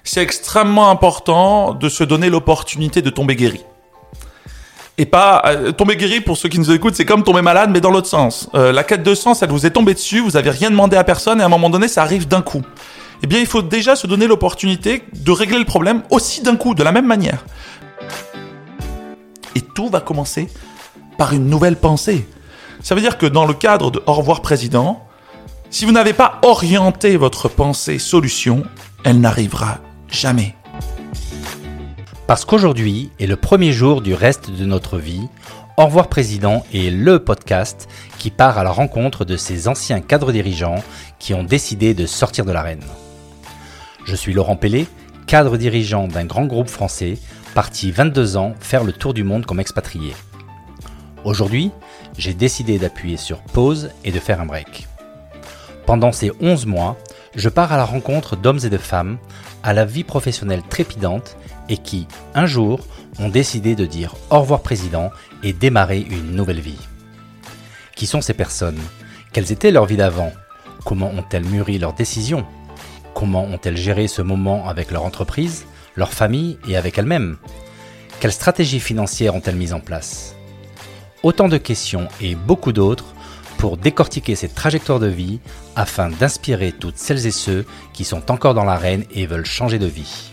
c'est extrêmement important de se donner l'opportunité de tomber guéri. Et pas tomber guéri, pour ceux qui nous écoutent, c'est comme tomber malade, mais dans l'autre sens. La quête de sens, elle vous est tombée dessus, vous avez rien demandé à personne, et à un moment donné, ça arrive d'un coup. Eh bien, il faut déjà se donner l'opportunité de régler le problème aussi d'un coup, de la même manière. Et tout va commencer par une nouvelle pensée. Ça veut dire que dans le cadre de Au revoir président, si vous n'avez pas orienté votre pensée solution, elle n'arrivera jamais. Parce qu'aujourd'hui est le premier jour du reste de notre vie, Au revoir président est le podcast qui part à la rencontre de ces anciens cadres dirigeants qui ont décidé de sortir de l'arène. Je suis Laurent Pellet, cadre dirigeant d'un grand groupe français, parti 22 ans faire le tour du monde comme expatrié. Aujourd'hui, j'ai décidé d'appuyer sur pause et de faire un break. Pendant ces 11 mois, je pars à la rencontre d'hommes et de femmes à la vie professionnelle trépidante et qui, un jour, ont décidé de dire au revoir président et démarrer une nouvelle vie. Qui sont ces personnes ? Quelles étaient leurs vies d'avant ? Comment ont-elles mûri leurs décisions ? Comment ont-elles géré ce moment avec leur entreprise, leur famille et avec elles-mêmes ? Quelles stratégies financières ont-elles mises en place ? Autant de questions et beaucoup d'autres pour décortiquer cette trajectoire de vie afin d'inspirer toutes celles et ceux qui sont encore dans l'arène et veulent changer de vie.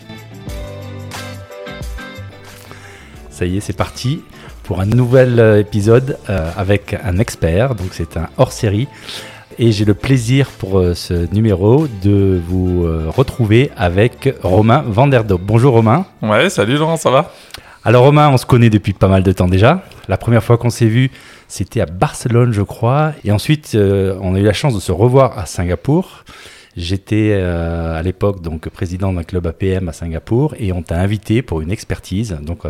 Ça y est, c'est parti pour un nouvel épisode avec un expert. Donc c'est un hors-série et j'ai le plaisir pour ce numéro de vous retrouver avec Romain Vanderdop. Bonjour Romain. Ouais, salut Laurent, ça va ? Alors Romain, on se connaît depuis pas mal de temps déjà. La première fois qu'on s'est vu, c'était à Barcelone, je crois. Et ensuite, on a eu la chance de se revoir à Singapour. J'étais à l'époque donc président d'un club APM à Singapour et on t'a invité pour une expertise. Donc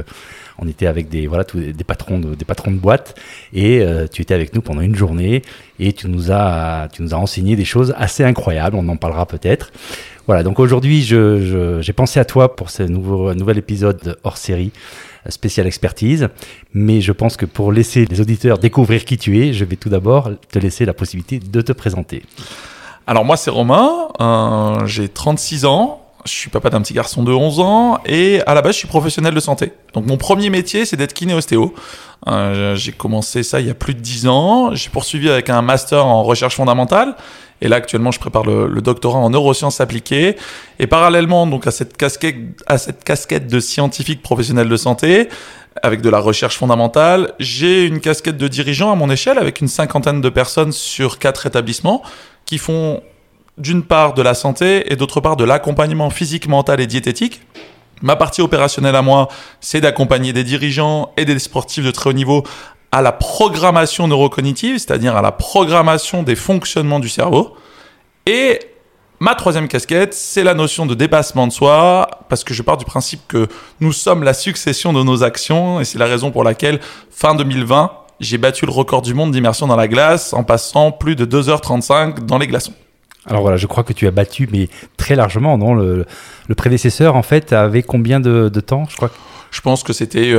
on était avec des patrons de boîte et tu étais avec nous pendant une journée et tu nous as enseigné des choses assez incroyables. On en parlera peut-être. Voilà, donc aujourd'hui, j'ai pensé à toi pour ce nouvel épisode hors série spécial expertise, mais je pense que pour laisser les auditeurs découvrir qui tu es, je vais tout d'abord te laisser la possibilité de te présenter. Alors moi, c'est Romain, j'ai 36 ans, je suis papa d'un petit garçon de 11 ans et à la base, je suis professionnel de santé. Donc mon premier métier, c'est d'être kiné-ostéo. J'ai commencé ça il y a plus de 10 ans, j'ai poursuivi avec un master en recherche fondamentale. Et là, actuellement, je prépare le doctorat en neurosciences appliquées. Et parallèlement, donc, à cette casquette de scientifique professionnel de santé, avec de la recherche fondamentale, j'ai une casquette de dirigeant à mon échelle, avec une 50aine de personnes sur 4 établissements, qui font d'une part de la santé et d'autre part de l'accompagnement physique, mental et diététique. Ma partie opérationnelle à moi, c'est d'accompagner des dirigeants et des sportifs de très haut niveau à la programmation neurocognitive, c'est-à-dire à la programmation des fonctionnements du cerveau. Et ma troisième casquette, c'est la notion de dépassement de soi, parce que je pars du principe que nous sommes la succession de nos actions, et c'est la raison pour laquelle, fin 2020, j'ai battu le record du monde d'immersion dans la glace, en passant plus de 2h35 dans les glaçons. Alors voilà, je crois que tu as battu, mais très largement, non ? Le prédécesseur, en fait, avait combien de temps, je crois ? Je pense que c'était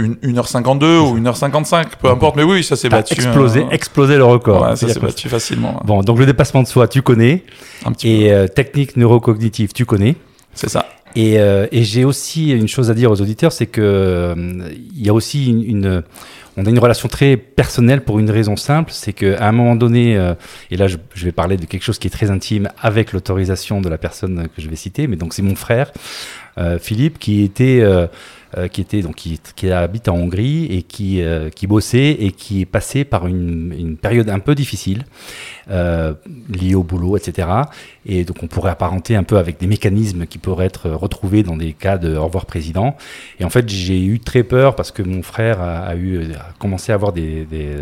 1h52 ou 1h55, peu importe, mais oui, ça s'est battu. Explosé le record. Ouais, ça s'est battu facilement. Bon, donc le dépassement de soi, tu connais. Un petit peu. Technique neurocognitive, tu connais. C'est ça. Et j'ai aussi une chose à dire aux auditeurs, c'est que il y a aussi on a une relation très personnelle pour une raison simple, c'est qu'à un moment donné, et là je vais parler de quelque chose qui est très intime avec l'autorisation de la personne que je vais citer, mais donc c'est mon frère Philippe qui habite en Hongrie et qui bossait et qui est passé par une période un peu difficile liée au boulot, etc. Et donc on pourrait apparenter un peu avec des mécanismes qui pourraient être retrouvés dans des cas de au revoir président. Et en fait j'ai eu très peur parce que mon frère a commencé à avoir des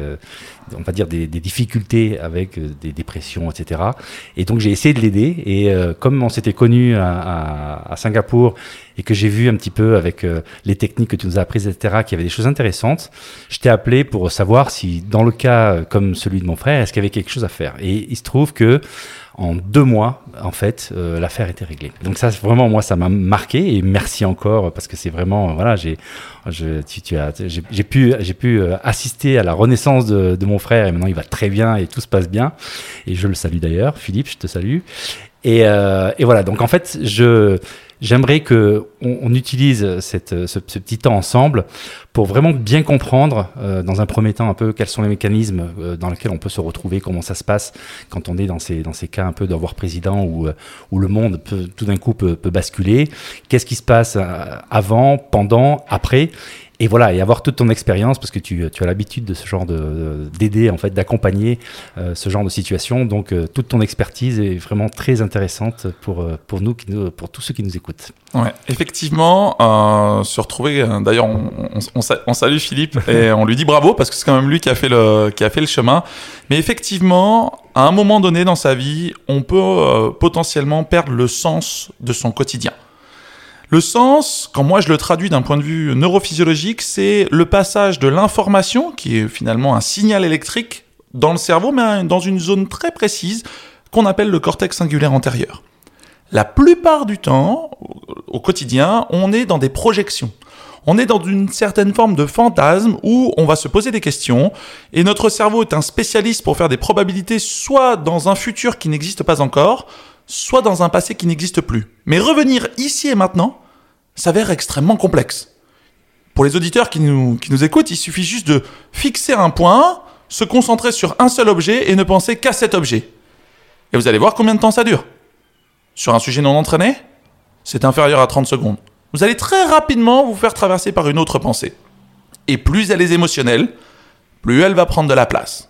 difficultés avec des dépressions, etc. Et donc j'ai essayé de l'aider. Et comme on s'était connus à Singapour et que j'ai vu un petit peu avec les techniques que tu nous as apprises, etc., qu'il y avait des choses intéressantes, je t'ai appelé pour savoir si, dans le cas comme celui de mon frère, est-ce qu'il y avait quelque chose à faire. Et il se trouve que en 2 mois, en fait, l'affaire était réglée. Donc ça, vraiment, moi, ça m'a marqué et merci encore parce que c'est vraiment, voilà, j'ai pu assister à la renaissance de mon frère et maintenant il va très bien et tout se passe bien. Et je le salue d'ailleurs, Philippe, je te salue. Et voilà, donc en fait, j'aimerais qu'on utilise ce petit temps ensemble pour vraiment bien comprendre, dans un premier temps, un peu quels sont les mécanismes dans lesquels on peut se retrouver, comment ça se passe quand on est dans ces cas un peu d'avoir président où le monde tout d'un coup peut basculer. Qu'est-ce qui se passe avant, pendant, après ? Et voilà, et avoir toute ton expérience, parce que tu as l'habitude de ce genre d'aider, en fait, d'accompagner ce genre de situation. Donc, toute ton expertise est vraiment très intéressante pour nous, pour tous ceux qui nous écoutent. Ouais, effectivement, se retrouver. D'ailleurs, on salue Philippe et on lui dit bravo parce que c'est quand même lui qui a fait le chemin. Mais effectivement, à un moment donné dans sa vie, on peut potentiellement perdre le sens de son quotidien. Le sens, quand moi je le traduis d'un point de vue neurophysiologique, c'est le passage de l'information, qui est finalement un signal électrique, dans le cerveau, mais dans une zone très précise, qu'on appelle le cortex singulaire antérieur. La plupart du temps, au quotidien, on est dans des projections. On est dans une certaine forme de fantasme où on va se poser des questions, et notre cerveau est un spécialiste pour faire des probabilités, soit dans un futur qui n'existe pas encore, soit dans un passé qui n'existe plus. Mais revenir ici et maintenant s'avère extrêmement complexe. Pour les auditeurs qui nous écoutent, il suffit juste de fixer un point, se concentrer sur un seul objet et ne penser qu'à cet objet. Et vous allez voir combien de temps ça dure. Sur un sujet non entraîné, c'est inférieur à 30 secondes. Vous allez très rapidement vous faire traverser par une autre pensée. Et plus elle est émotionnelle, plus elle va prendre de la place.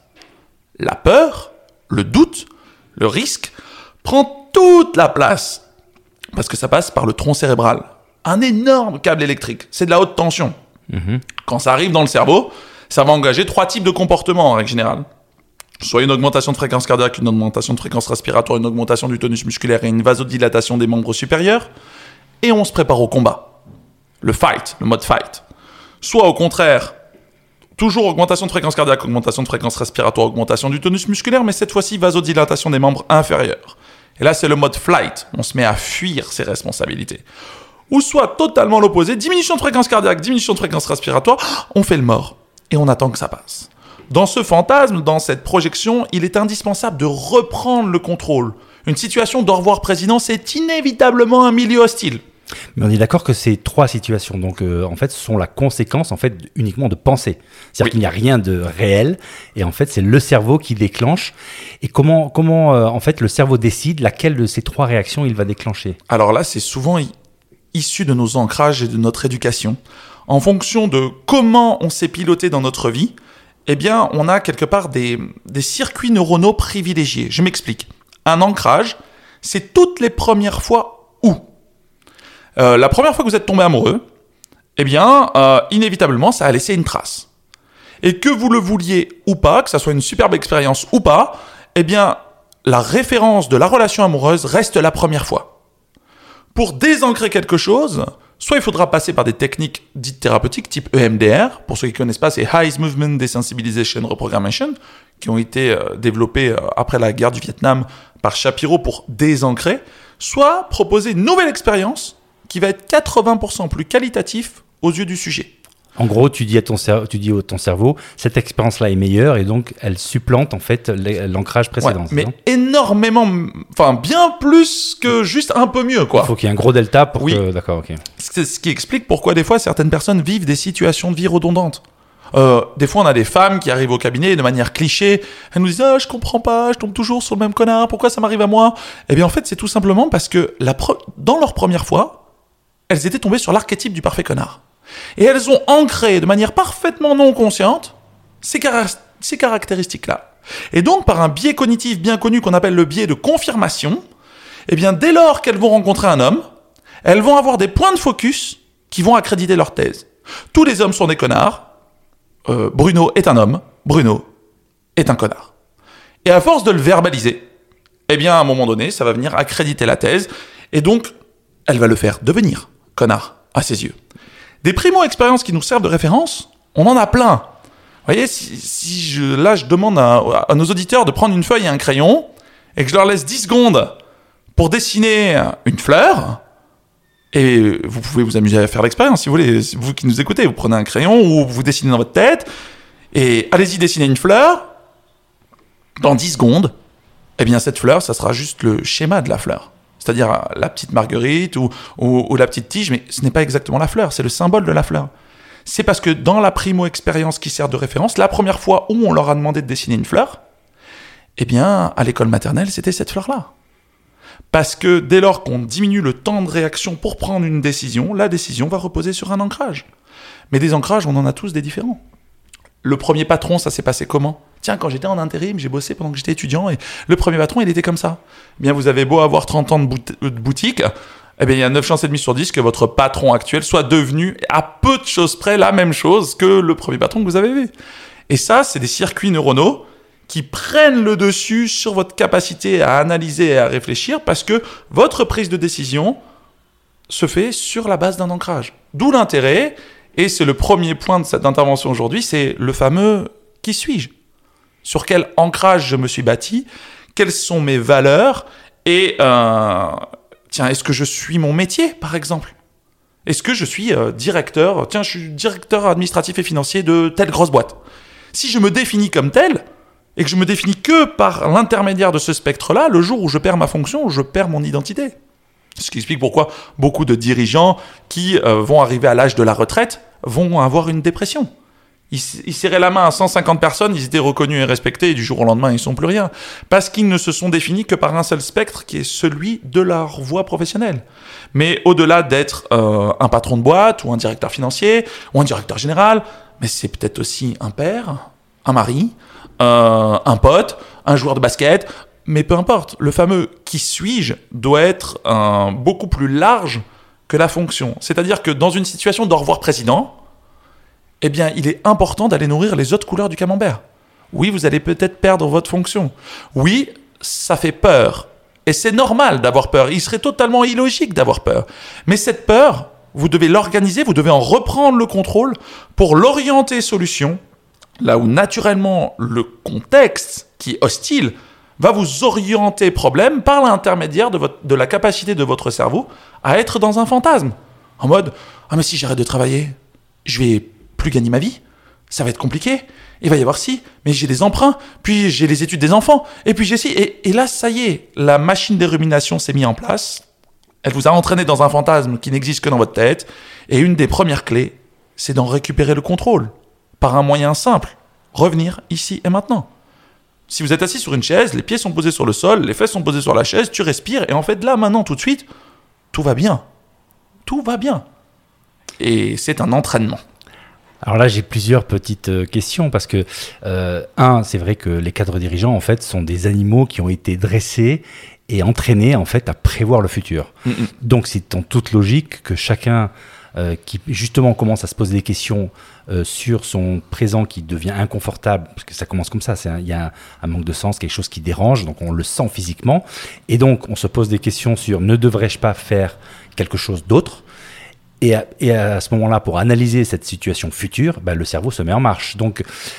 La peur, le doute, le risque prend toute la place, parce que ça passe par le tronc cérébral. Un énorme câble électrique, c'est de la haute tension. Quand ça arrive dans le cerveau, ça va engager 3 types de comportements en règle générale. Soit une augmentation de fréquence cardiaque, une augmentation de fréquence respiratoire, une augmentation du tonus musculaire et une vasodilatation des membres supérieurs. Et on se prépare au combat. Le fight, le mode fight. Soit au contraire, toujours augmentation de fréquence cardiaque, augmentation de fréquence respiratoire, augmentation du tonus musculaire, mais cette fois-ci vasodilatation des membres inférieurs. Et là, c'est le mode flight. On se met à fuir ses responsabilités. Ou soit totalement l'opposé, diminution de fréquence cardiaque, diminution de fréquence respiratoire, on fait le mort. Et on attend que ça passe. Dans ce fantasme, dans cette projection, il est indispensable de reprendre le contrôle. Une situation d'au revoir président, c'est inévitablement un milieu hostile. Mais on est d'accord que ces 3 situations, donc en fait, sont la conséquence en fait uniquement de pensée. C'est-à-dire qu'il n'y a rien de réel, et en fait, c'est le cerveau qui déclenche. Et comment en fait le cerveau décide laquelle de ces 3 réactions il va déclencher ? Alors là, c'est souvent issu de nos ancrages et de notre éducation. En fonction de comment on s'est piloté dans notre vie, eh bien, on a quelque part des circuits neuronaux privilégiés. Je m'explique. Un ancrage, c'est toutes les premières fois où la première fois que vous êtes tombé amoureux, eh bien, inévitablement, ça a laissé une trace. Et que vous le vouliez ou pas, que ça soit une superbe expérience ou pas, eh bien, la référence de la relation amoureuse reste la première fois. Pour désancrer quelque chose, soit il faudra passer par des techniques dites thérapeutiques, type EMDR, pour ceux qui ne connaissent pas, c'est Eyes Movement Desensitization Reprogrammation, qui ont été développés après la guerre du Vietnam par Shapiro pour désancrer, soit proposer une nouvelle expérience qui va être 80% plus qualitatif aux yeux du sujet. En gros, tu dis à ton cerveau, cette expérience-là est meilleure et donc elle supplante en fait l'ancrage précédent. Ouais, mais énormément, enfin bien plus que juste un peu mieux, quoi. Il faut qu'il y ait un gros delta pour que... D'accord, ok. C'est ce qui explique pourquoi des fois certaines personnes vivent des situations de vie redondantes. Des fois, on a des femmes qui arrivent au cabinet et de manière cliché, elles nous disent « Ah, je comprends pas, je tombe toujours sur le même connard, pourquoi ça m'arrive à moi ?» Eh bien, en fait, c'est tout simplement parce que dans leur première fois, elles étaient tombées sur l'archétype du parfait connard. Et elles ont ancré de manière parfaitement non consciente ces caractéristiques-là. Et donc, par un biais cognitif bien connu qu'on appelle le biais de confirmation, eh bien, dès lors qu'elles vont rencontrer un homme, elles vont avoir des points de focus qui vont accréditer leur thèse. Tous les hommes sont des connards. Bruno est un homme. Bruno est un connard. Et à force de le verbaliser, eh bien, à un moment donné, ça va venir accréditer la thèse. Et donc, elle va le faire devenir connard à ses yeux. Des primo-expériences qui nous servent de référence, on en a plein. Vous voyez, si je demande à nos auditeurs de prendre une feuille et un crayon, et que je leur laisse 10 secondes pour dessiner une fleur, et vous pouvez vous amuser à faire l'expérience, si vous voulez, vous qui nous écoutez, vous prenez un crayon ou vous dessinez dans votre tête, et allez-y dessiner une fleur, dans 10 secondes, eh bien cette fleur, ça sera juste le schéma de la fleur. C'est-à-dire la petite marguerite ou la petite tige, mais ce n'est pas exactement la fleur, c'est le symbole de la fleur. C'est parce que dans la primo-expérience qui sert de référence, la première fois où on leur a demandé de dessiner une fleur, eh bien, à l'école maternelle, c'était cette fleur-là. Parce que dès lors qu'on diminue le temps de réaction pour prendre une décision, la décision va reposer sur un ancrage. Mais des ancrages, on en a tous des différents. Le premier patron, ça s'est passé comment ? Tiens, quand j'étais en intérim, j'ai bossé pendant que j'étais étudiant, et le premier patron, il était comme ça. Eh bien, vous avez beau avoir 30 ans de boutique, eh bien, il y a 9 chances et demie sur 10 que votre patron actuel soit devenu, à peu de choses près, la même chose que le premier patron que vous avez vu. Et ça, c'est des circuits neuronaux qui prennent le dessus sur votre capacité à analyser et à réfléchir parce que votre prise de décision se fait sur la base d'un ancrage. D'où l'intérêt, et c'est le premier point de cette intervention aujourd'hui, c'est le fameux « qui suis-je » ? Sur quel ancrage je me suis bâti ? Quelles sont mes valeurs ? Et tiens, est-ce que je suis mon métier, par exemple ? Est-ce que je suis directeur ? Tiens, je suis directeur administratif et financier de telle grosse boîte. Si je me définis comme tel, et que je me définis que par l'intermédiaire de ce spectre-là, le jour où je perds ma fonction, je perds mon identité. Ce qui explique pourquoi beaucoup de dirigeants qui vont arriver à l'âge de la retraite vont avoir une dépression. Ils serraient la main à 150 personnes, ils étaient reconnus et respectés, et du jour au lendemain, ils ne sont plus rien. Parce qu'ils ne se sont définis que par un seul spectre, qui est celui de leur voie professionnelle. Mais au-delà d'être un patron de boîte, ou un directeur financier, ou un directeur général, mais c'est peut-être aussi un père, un mari, un pote, un joueur de basket, mais peu importe. Le fameux « qui suis-je » doit être beaucoup plus large que la fonction. C'est-à-dire que dans une situation d'au revoir président, eh bien, il est important d'aller nourrir les autres couleurs du camembert. Oui, vous allez peut-être perdre votre fonction. Oui, ça fait peur. Et c'est normal d'avoir peur. Il serait totalement illogique d'avoir peur. Mais cette peur, vous devez l'organiser, vous devez en reprendre le contrôle pour l'orienter solution, là où naturellement le contexte qui est hostile va vous orienter problème par l'intermédiaire de la capacité de votre cerveau à être dans un fantasme. En mode « Ah mais si j'arrête de travailler, je vais plus gagner ma vie, ça va être compliqué, il va y avoir ci, mais j'ai des emprunts, puis j'ai les études des enfants, et puis j'ai ci. » Et là, ça y est, la machine des ruminations s'est mise en place, elle vous a entraîné dans un fantasme qui n'existe que dans votre tête, et une des premières clés, c'est d'en récupérer le contrôle, par un moyen simple, revenir ici et maintenant. Si vous êtes assis sur une chaise, les pieds sont posés sur le sol, les fesses sont posées sur la chaise, tu respires, et en fait là, maintenant, tout de suite, tout va bien. Tout va bien. Et c'est un entraînement. Alors là, j'ai plusieurs petites questions parce que, c'est vrai que les cadres dirigeants, en fait, sont des animaux qui ont été dressés et entraînés, en fait, à prévoir le futur. Donc, c'est en toute logique que chacun qui, justement, commence à se poser des questions sur son présent qui devient inconfortable, parce que ça commence comme ça, il y a un manque de sens, quelque chose qui dérange, donc on le sent physiquement. Et donc, on se pose des questions sur « ne devrais-je pas faire quelque chose d'autre ?» Et à ce moment-là, pour analyser cette situation future, le cerveau se met en marche. Donc,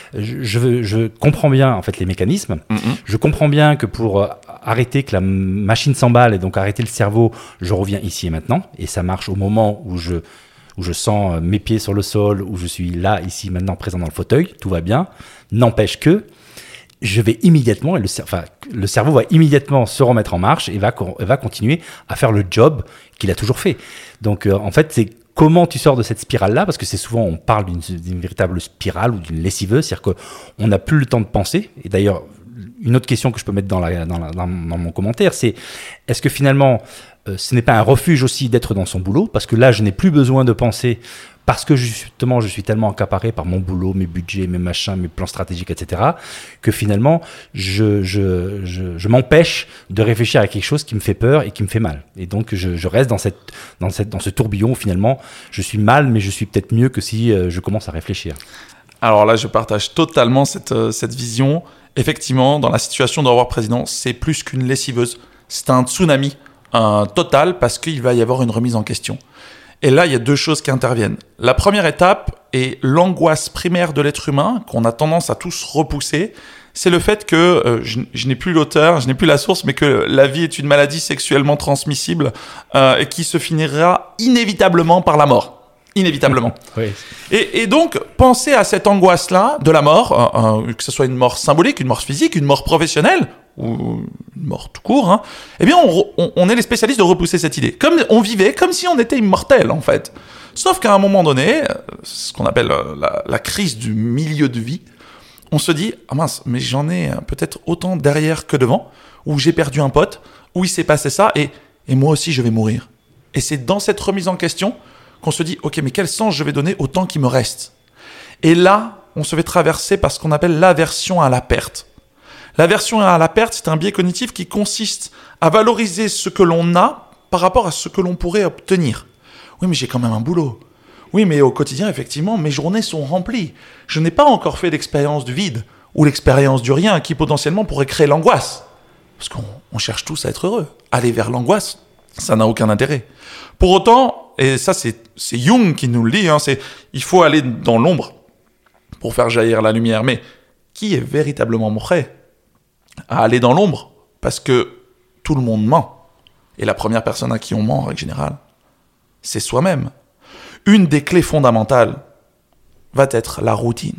je comprends bien en fait les mécanismes. Je comprends bien que pour arrêter que la machine s'emballe et donc arrêter le cerveau, je reviens ici et maintenant. Et ça marche au moment où je sens mes pieds sur le sol, où je suis là, ici, maintenant, présent dans le fauteuil. Tout va bien. N'empêche que je vais immédiatement, le cerveau va immédiatement se remettre en marche et va continuer à faire le job qu'il a toujours fait. Donc, en fait, c'est comment tu sors de cette spirale-là, parce que c'est souvent, on parle d'une véritable spirale ou d'une lessiveuse, c'est-à-dire qu'on n'a plus le temps de penser. Et d'ailleurs, une autre question que je peux mettre dans mon commentaire, c'est est-ce que finalement, ce n'est pas un refuge aussi d'être dans son boulot, parce que là, je n'ai plus besoin de penser parce que justement, je suis tellement accaparé par mon boulot, mes budgets, mes machins, mes plans stratégiques, etc., que finalement, je m'empêche de réfléchir à quelque chose qui me fait peur et qui me fait mal. Et donc, je reste dans ce tourbillon où finalement, je suis mal, mais je suis peut-être mieux que si je commence à réfléchir. Alors là, je partage totalement cette vision. Effectivement, dans la situation de revoir président, c'est plus qu'une lessiveuse. C'est un tsunami total parce qu'il va y avoir une remise en question. Et là, il y a deux choses qui interviennent. La première étape est l'angoisse primaire de l'être humain, qu'on a tendance à tous repousser. C'est le fait que je n'ai plus l'auteur, je n'ai plus la source, mais que la vie est une maladie sexuellement transmissible et qui se finira inévitablement par la mort. Inévitablement. Oui. Et donc, pensez à cette angoisse-là de la mort, que ce soit une mort symbolique, une mort physique, une mort professionnelle, ou mort tout court, hein, eh bien on est les spécialistes de repousser cette idée. On vivait comme si on était immortel en fait. Sauf qu'à un moment donné, ce qu'on appelle la crise du milieu de vie, on se dit « Ah mince, mais j'en ai peut-être autant derrière que devant, où j'ai perdu un pote, où il s'est passé ça, et moi aussi je vais mourir. » Et c'est dans cette remise en question qu'on se dit « Ok, mais quel sens je vais donner au temps qui me reste ?» Et là, on se fait traverser par ce qu'on appelle l'aversion à la perte. L'aversion à la perte, c'est un biais cognitif qui consiste à valoriser ce que l'on a par rapport à ce que l'on pourrait obtenir. Oui, mais j'ai quand même un boulot. Oui, mais au quotidien, effectivement, mes journées sont remplies. Je n'ai pas encore fait l'expérience du vide ou l'expérience du rien qui potentiellement pourrait créer l'angoisse. Parce qu'on cherche tous à être heureux. Aller vers l'angoisse, ça n'a aucun intérêt. Pour autant, et ça c'est Jung qui nous le dit, hein, il faut aller dans l'ombre pour faire jaillir la lumière. Mais qui est véritablement prêt à aller dans l'ombre? Parce que tout le monde ment. Et la première personne à qui on ment, en règle générale, c'est soi-même. Une des clés fondamentales va être la routine.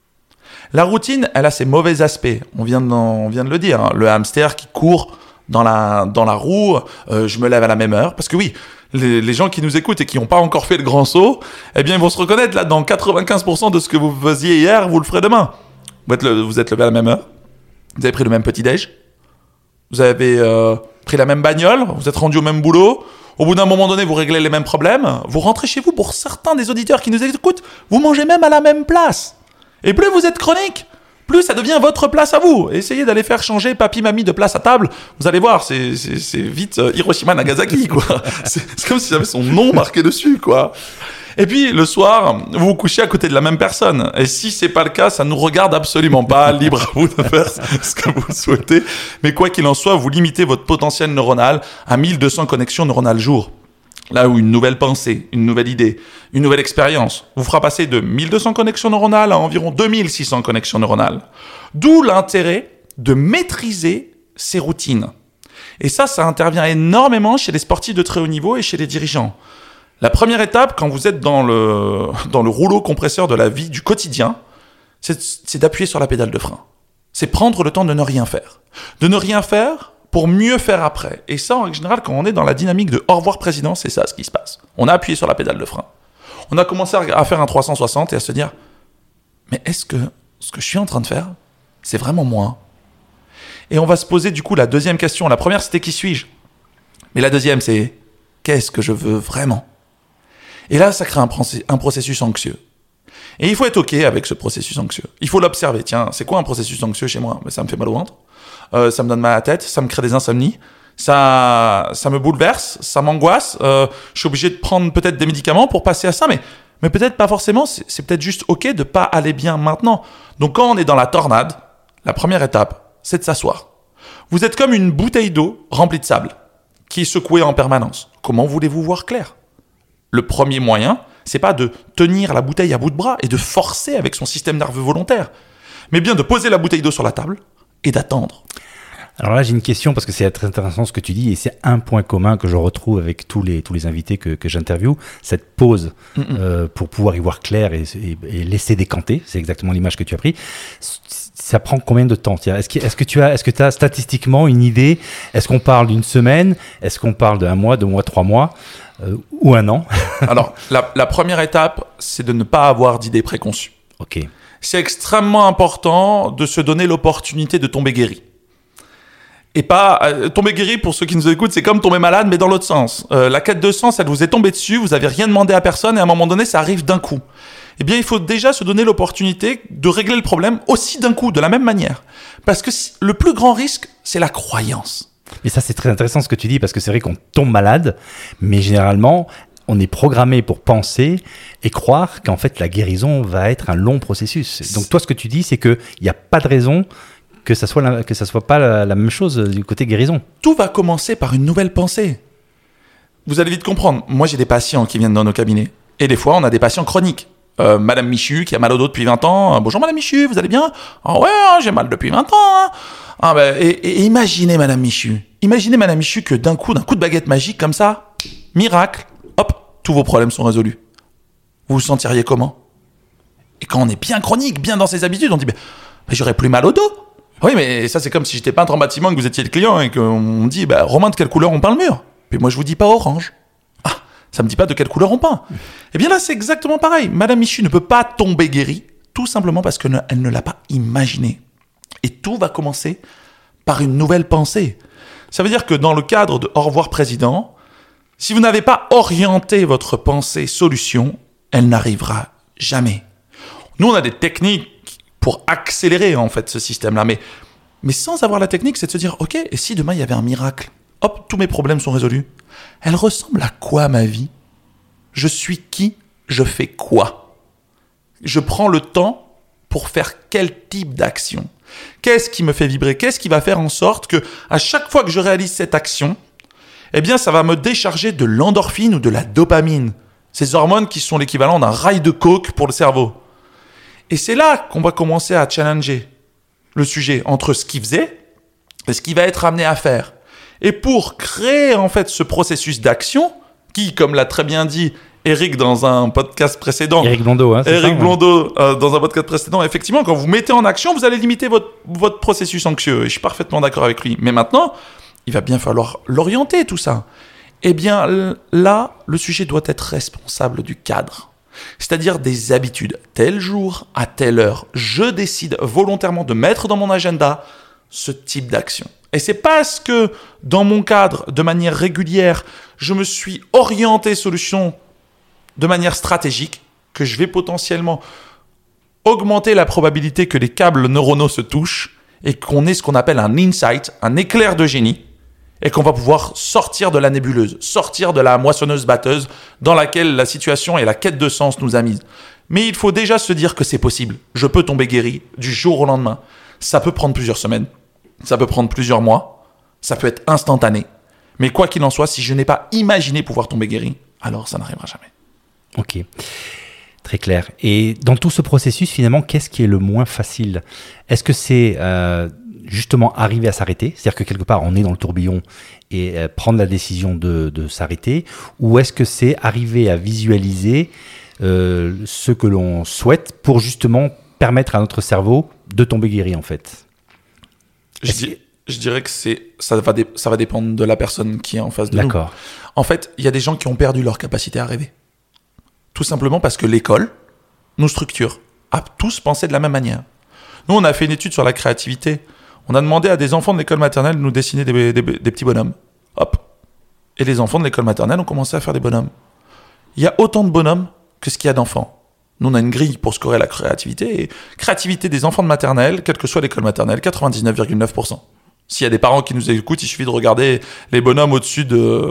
La routine, elle a ses mauvais aspects. On vient de le dire, hein. Le hamster qui court dans la roue, je me lève à la même heure. Parce que oui, les gens qui nous écoutent et qui n'ont pas encore fait le grand saut, eh bien, ils vont se reconnaître là dans 95% de ce que vous faisiez hier, vous le ferez demain. Vous êtes levé à la même heure, vous avez pris le même petit-déj, vous avez pris la même bagnole, vous êtes rendu au même boulot. Au bout d'un moment donné, vous réglez les mêmes problèmes, vous rentrez chez vous. Pour certains des auditeurs qui nous écoutent, vous mangez même à la même place. Et plus vous êtes chronique, plus ça devient votre place à vous. Essayez d'aller faire changer papy, mamie de place à table. Vous allez voir, c'est vite Hiroshima, Nagasaki, quoi. C'est comme s'il y avait son nom marqué dessus, quoi. Et puis, le soir, vous vous couchez à côté de la même personne. Et si c'est pas le cas, ça nous regarde absolument pas. Libre à vous de faire ce que vous souhaitez. Mais quoi qu'il en soit, vous limitez votre potentiel neuronal à 1200 connexions neuronales jour. Là où une nouvelle pensée, une nouvelle idée, une nouvelle expérience vous fera passer de 1200 connexions neuronales à environ 2600 connexions neuronales. D'où l'intérêt de maîtriser ces routines. Et ça intervient énormément chez les sportifs de très haut niveau et chez les dirigeants. La première étape, quand vous êtes dans le rouleau compresseur de la vie du quotidien, c'est d'appuyer sur la pédale de frein. C'est prendre le temps de ne rien faire. De ne rien faire pour mieux faire après. Et ça, en général, quand on est dans la dynamique de « au revoir président », c'est ça ce qui se passe. On a appuyé sur la pédale de frein. On a commencé à faire un 360 et à se dire « mais est-ce que ce que je suis en train de faire, c'est vraiment moi ?» Et on va se poser du coup la deuxième question. La première, c'était « qui suis-je ?» Mais la deuxième, c'est « qu'est-ce que je veux vraiment ?» Et là, ça crée un processus anxieux. Et il faut être OK avec ce processus anxieux. Il faut l'observer. Tiens, c'est quoi un processus anxieux chez moi ? Ça me fait mal au ventre, ça me donne mal à la tête, ça me crée des insomnies, ça me bouleverse, ça m'angoisse. Je suis obligé de prendre peut-être des médicaments pour passer à ça, mais peut-être pas forcément. C'est peut-être juste OK de pas aller bien maintenant. Donc quand on est dans la tornade, la première étape, c'est de s'asseoir. Vous êtes comme une bouteille d'eau remplie de sable qui est secouée en permanence. Comment voulez-vous voir clair ? Le premier moyen, c'est pas de tenir la bouteille à bout de bras et de forcer avec son système nerveux volontaire, mais bien de poser la bouteille d'eau sur la table et d'attendre. Alors là, j'ai une question parce que c'est très intéressant ce que tu dis et c'est un point commun que je retrouve avec tous les invités que j'interviewe, cette pause pour pouvoir y voir clair et laisser décanter. C'est exactement l'image que tu as pris. Ça prend combien de temps ? Est-ce que tu as statistiquement une idée ? Est-ce qu'on parle d'une semaine ? Est-ce qu'on parle d'un mois, 2 mois, 3 mois ? Ou un an? Alors, la première étape, c'est de ne pas avoir d'idées préconçues. Ok. C'est extrêmement important de se donner l'opportunité de tomber guéri. Et pas tomber guéri, pour ceux qui nous écoutent, c'est comme tomber malade, mais dans l'autre sens. La quête de sens, elle vous est tombée dessus, vous n'avez rien demandé à personne, et à un moment donné, ça arrive d'un coup. Eh bien, il faut déjà se donner l'opportunité de régler le problème aussi d'un coup, de la même manière. Parce que le plus grand risque, c'est la croyance. Et ça, c'est très intéressant ce que tu dis, parce que c'est vrai qu'on tombe malade, mais généralement, on est programmé pour penser et croire qu'en fait, la guérison va être un long processus. Donc toi, ce que tu dis, c'est qu'il n'y a pas de raison que ça soit pas la même chose du côté guérison. Tout va commencer par une nouvelle pensée. Vous allez vite comprendre. Moi, j'ai des patients qui viennent dans nos cabinets. Et des fois, on a des patients chroniques. Madame Michu, qui a mal au dos depuis 20 ans. Bonjour Madame Michu, vous allez bien ? Ah ouais, j'ai mal depuis 20 ans. Hein. Ah ben, et imaginez Madame Michu. Imaginez Madame Michu que d'un coup de baguette magique comme ça, miracle, hop, tous vos problèmes sont résolus. Vous vous sentiriez comment ? Et quand on est bien chronique, bien dans ses habitudes, on dit j'aurais plus mal au dos, Oui, mais ça, c'est comme si j'étais peintre en bâtiment et que vous étiez le client et qu'on me dit, Romain, de quelle couleur on peint le mur? Puis moi, je vous dis pas orange. Ah, ça me dit pas de quelle couleur on peint. Eh bien là, c'est exactement pareil. Madame Michu ne peut pas tomber guérie, tout simplement parce qu'elle ne l'a pas imaginé. Et tout va commencer par une nouvelle pensée. Ça veut dire que dans le cadre de Au revoir président, si vous n'avez pas orienté votre pensée solution, elle n'arrivera jamais. Nous, on a des techniques pour accélérer en fait ce système-là, mais sans avoir la technique, c'est de se dire, ok, et si demain il y avait un miracle, hop, tous mes problèmes sont résolus. Elle ressemble à quoi ma vie? Je suis qui? Je fais quoi? Je prends le temps pour faire quel type d'action? Qu'est-ce qui me fait vibrer? Qu'est-ce qui va faire en sorte que à chaque fois que je réalise cette action, eh bien, ça va me décharger de l'endorphine ou de la dopamine. Ces hormones qui sont l'équivalent d'un rail de coke pour le cerveau. Et c'est là qu'on va commencer à challenger le sujet entre ce qu'il faisait et ce qu'il va être amené à faire. Et pour créer en fait ce processus d'action, qui, comme l'a très bien dit Eric dans un podcast précédent, Eric Blondeau, dans un podcast précédent, effectivement, quand vous mettez en action, vous allez limiter votre processus anxieux. Et je suis parfaitement d'accord avec lui. Mais maintenant, il va bien falloir l'orienter, tout ça. Eh bien, là, le sujet doit être responsable du cadre. C'est-à-dire des habitudes. Tel jour, à telle heure, je décide volontairement de mettre dans mon agenda ce type d'action. Et c'est parce que, dans mon cadre, de manière régulière, je me suis orienté solution de manière stratégique, que je vais potentiellement augmenter la probabilité que les câbles neuronaux se touchent et qu'on ait ce qu'on appelle un insight, un éclair de génie, et qu'on va pouvoir sortir de la nébuleuse, sortir de la moissonneuse-batteuse dans laquelle la situation et la quête de sens nous a mis. Mais il faut déjà se dire que c'est possible. Je peux tomber guéri du jour au lendemain. Ça peut prendre plusieurs semaines, ça peut prendre plusieurs mois, ça peut être instantané. Mais quoi qu'il en soit, si je n'ai pas imaginé pouvoir tomber guéri, alors ça n'arrivera jamais. Ok, très clair. Et dans tout ce processus, finalement, qu'est-ce qui est le moins facile? Est-ce que c'est justement arriver à s'arrêter, c'est-à-dire que quelque part on est dans le tourbillon et prendre la décision de s'arrêter, ou est-ce que c'est arriver à visualiser ce que l'on souhaite pour justement permettre à notre cerveau de tomber guéri en fait? Je dirais que ça va dépendre de la personne qui est en face de nous. D'accord. En fait, il y a des gens qui ont perdu leur capacité à rêver. Tout simplement parce que l'école nous structure à tous penser de la même manière. Nous, on a fait une étude sur la créativité. On a demandé à des enfants de l'école maternelle de nous dessiner des petits bonhommes. Hop. Et les enfants de l'école maternelle ont commencé à faire des bonhommes. Il y a autant de bonhommes que ce qu'il y a d'enfants. Nous, on a une grille pour scorer la créativité. Et créativité des enfants de maternelle, quelle que soit l'école maternelle, 99,9%. S'il y a des parents qui nous écoutent, il suffit de regarder les bonhommes au-dessus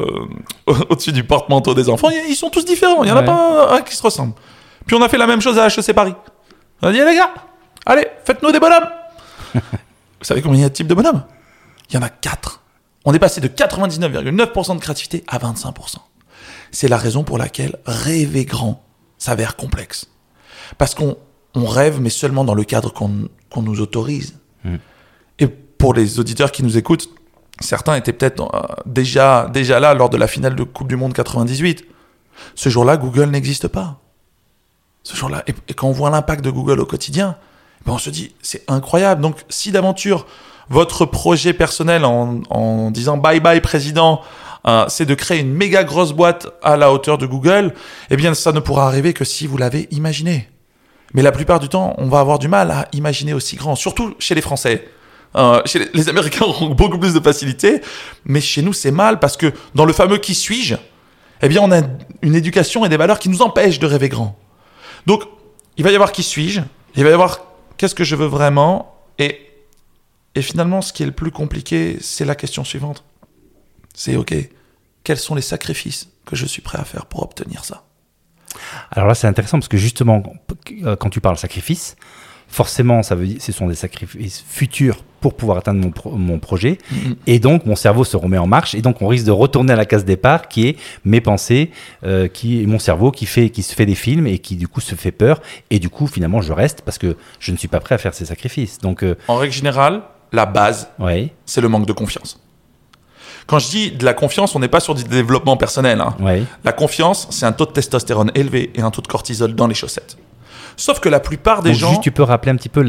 du porte-manteau des enfants. Ils sont tous différents. Il n'y en a pas un qui se ressemble. Puis on a fait la même chose à HEC Paris. On a dit, les gars, allez, faites-nous des bonhommes. Vous savez combien il y a de types de bonhommes? Il y en a 4. On est passé de 99,9% de créativité à 25%. C'est la raison pour laquelle rêver grand s'avère complexe. Parce qu'on rêve, mais seulement dans le cadre qu'on nous autorise. Et pour les auditeurs qui nous écoutent, certains étaient peut-être déjà là lors de la finale de Coupe du Monde 98. Ce jour-là, Google n'existe pas. Ce jour-là, et quand on voit l'impact de Google au quotidien, on se dit, c'est incroyable. Donc, si d'aventure, votre projet personnel en disant bye bye président, c'est de créer une méga grosse boîte à la hauteur de Google, eh bien, ça ne pourra arriver que si vous l'avez imaginé. Mais la plupart du temps, on va avoir du mal à imaginer aussi grand, surtout chez les Français. Chez les Américains ont beaucoup plus de facilité, mais chez nous, c'est mal parce que dans le fameux « qui suis-je », eh bien, on a une éducation et des valeurs qui nous empêchent de rêver grand. Donc, il va y avoir « qui suis-je », il va y avoir « qu'est-ce que je veux vraiment ?» et finalement, ce qui est le plus compliqué, c'est la question suivante. C'est « ok, quels sont les sacrifices que je suis prêt à faire pour obtenir ça ?» Alors là, c'est intéressant parce que justement, quand tu parles sacrifice, forcément, ça veut dire ce sont des sacrifices futurs pour pouvoir atteindre mon projet. Et donc, mon cerveau se remet en marche. Et donc, on risque de retourner à la case départ qui est mes pensées, qui est mon cerveau qui se fait des films et qui, du coup, se fait peur. Et du coup, finalement, je reste parce que je ne suis pas prêt à faire ces sacrifices. Donc, en règle générale, la base, c'est le manque de confiance. Quand je dis de la confiance, on n'est pas sur du développement personnel. La confiance, c'est un taux de testostérone élevé et un taux de cortisol dans les chaussettes. Sauf que la plupart des Donc, gens... juste, tu peux rappeler un petit peu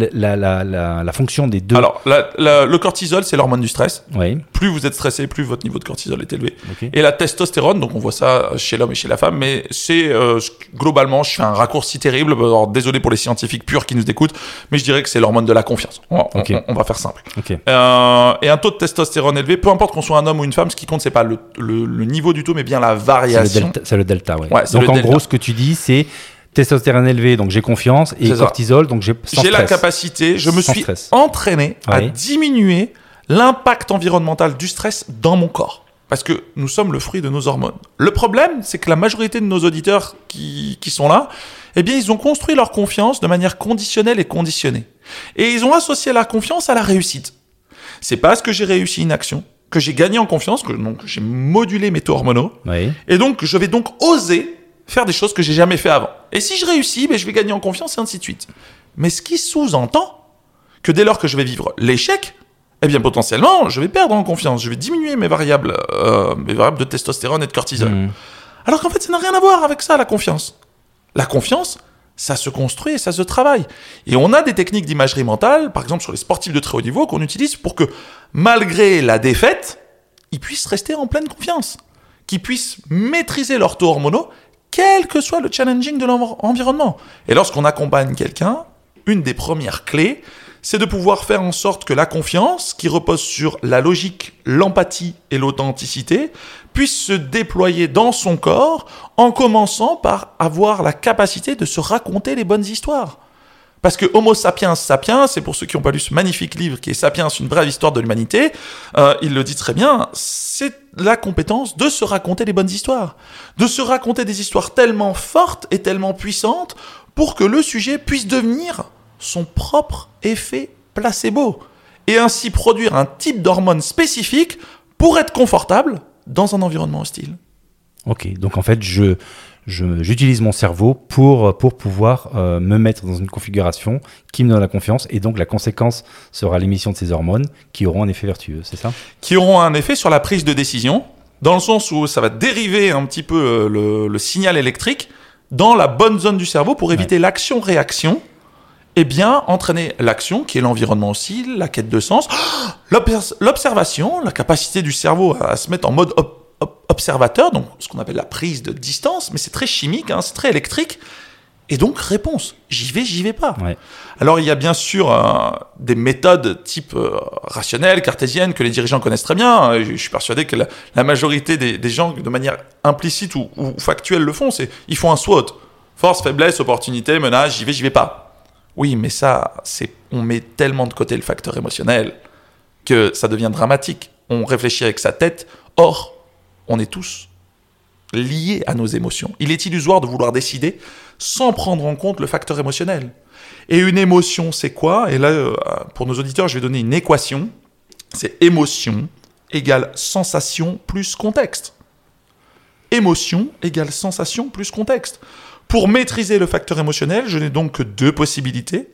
la fonction des deux. Alors, le cortisol, c'est l'hormone du stress. Oui. Plus vous êtes stressé, plus votre niveau de cortisol est élevé. Ok. Et la testostérone, donc on voit ça chez l'homme et chez la femme, mais c'est globalement, je fais un raccourci terrible, alors désolé pour les scientifiques purs qui nous écoutent, mais je dirais que c'est l'hormone de la confiance. On va faire simple. Ok. Et un taux de testostérone élevé, peu importe qu'on soit un homme ou une femme, ce qui compte, c'est pas le niveau du taux, mais bien la variation. C'est le delta, ouais. Ouais, c'est donc le en delta. gros, ce que tu dis, c'est testostérone élevé, donc j'ai confiance, et C'est ça. cortisol, donc j'ai sans J'ai la stress. capacité, je me Sans suis stress. entraîné à Oui. diminuer l'impact environnemental du stress dans mon corps. Parce que nous sommes le fruit de nos hormones. Le problème, c'est que la majorité de nos auditeurs qui sont là, eh bien, ils ont construit leur confiance de manière conditionnelle et conditionnée. Et ils ont associé la confiance à la réussite. C'est parce que j'ai réussi une action, que j'ai gagné en confiance, que donc j'ai modulé mes taux hormonaux, Oui. et donc je vais donc oser faire des choses que j'ai jamais fait avant. Et si je réussis, ben, je vais gagner en confiance et ainsi de suite. Mais ce qui sous-entend que dès lors que je vais vivre l'échec, eh bien potentiellement, je vais perdre en confiance, je vais diminuer mes variables de testostérone et de cortisol. Alors qu'en fait, ça n'a rien à voir avec ça, la confiance. La confiance, ça se construit et ça se travaille. Et on a des techniques d'imagerie mentale, par exemple sur les sportifs de très haut niveau, qu'on utilise pour que, malgré la défaite, ils puissent rester en pleine confiance, qu'ils puissent maîtriser leurs taux hormonaux, quel que soit le challenging de l'environnement. Et lorsqu'on accompagne quelqu'un, une des premières clés, c'est de pouvoir faire en sorte que la confiance, qui repose sur la logique, l'empathie et l'authenticité, puisse se déployer dans son corps en commençant par avoir la capacité de se raconter les bonnes histoires. Parce que Homo sapiens sapiens, c'est pour ceux qui n'ont pas lu ce magnifique livre qui est Sapiens, une brève histoire de l'humanité, il le dit très bien, c'est la compétence de se raconter les bonnes histoires. De se raconter des histoires tellement fortes et tellement puissantes pour que le sujet puisse devenir son propre effet placebo. Et ainsi produire un type d'hormone spécifique pour être confortable dans un environnement hostile. Ok, donc en fait, j'utilise mon cerveau pour pouvoir me mettre dans une configuration qui me donne la confiance, et donc la conséquence sera l'émission de ces hormones qui auront un effet vertueux, c'est ça ? Qui auront un effet sur la prise de décision, dans le sens où ça va dériver un petit peu le signal électrique dans la bonne zone du cerveau pour éviter l'action-réaction, et bien entraîner l'action, qui est l'environnement aussi, la quête de sens, l'observation, la capacité du cerveau à se mettre en mode observateur, donc ce qu'on appelle la prise de distance, mais c'est très chimique, hein, c'est très électrique, et donc réponse, j'y vais pas. Ouais. Alors il y a bien sûr des méthodes type rationnelle, cartésienne, que les dirigeants connaissent très bien. Je suis persuadé que la majorité des gens, de manière implicite ou factuelle, le font. Ils font un SWOT, force, faiblesse, opportunité, menace, j'y vais pas. Oui, mais ça, on met tellement de côté le facteur émotionnel que ça devient dramatique. On réfléchit avec sa tête, or, on est tous liés à nos émotions. Il est illusoire de vouloir décider sans prendre en compte le facteur émotionnel. Et une émotion, c'est quoi ? Et là, pour nos auditeurs, je vais donner une équation. C'est émotion égale sensation plus contexte. Émotion égale sensation plus contexte. Pour maîtriser le facteur émotionnel, je n'ai donc que deux possibilités.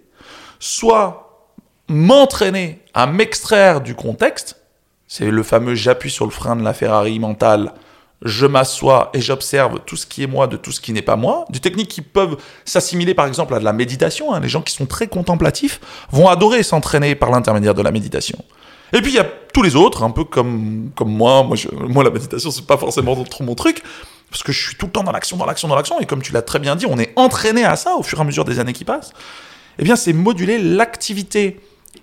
Soit m'entraîner à m'extraire du contexte, c'est le fameux j'appuie sur le frein de la Ferrari mentale, je m'assois et j'observe tout ce qui est moi de tout ce qui n'est pas moi. Des techniques qui peuvent s'assimiler par exemple à de la méditation. Les gens qui sont très contemplatifs vont adorer s'entraîner par l'intermédiaire de la méditation. Et puis il y a tous les autres, un peu comme moi. Moi, la méditation, c'est pas forcément trop mon truc, parce que je suis tout le temps dans l'action. Et comme tu l'as très bien dit, on est entraîné à ça au fur et à mesure des années qui passent. Eh bien, c'est moduler l'activité,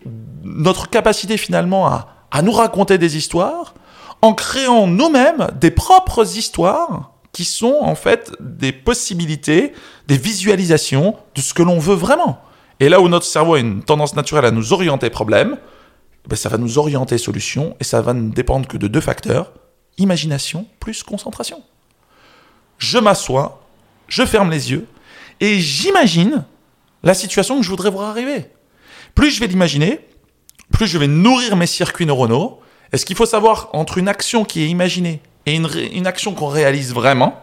notre capacité finalement à nous raconter des histoires, en créant nous-mêmes des propres histoires qui sont en fait des possibilités, des visualisations de ce que l'on veut vraiment. Et là où notre cerveau a une tendance naturelle à nous orienter problème, ça va nous orienter solution, et ça va ne dépendre que de deux facteurs, imagination plus concentration. Je m'assois, je ferme les yeux, et j'imagine la situation que je voudrais voir arriver. Plus je vais l'imaginer, plus je vais nourrir mes circuits neuronaux. Et ce qu'il faut savoir, entre une action qui est imaginée et une action qu'on réalise vraiment,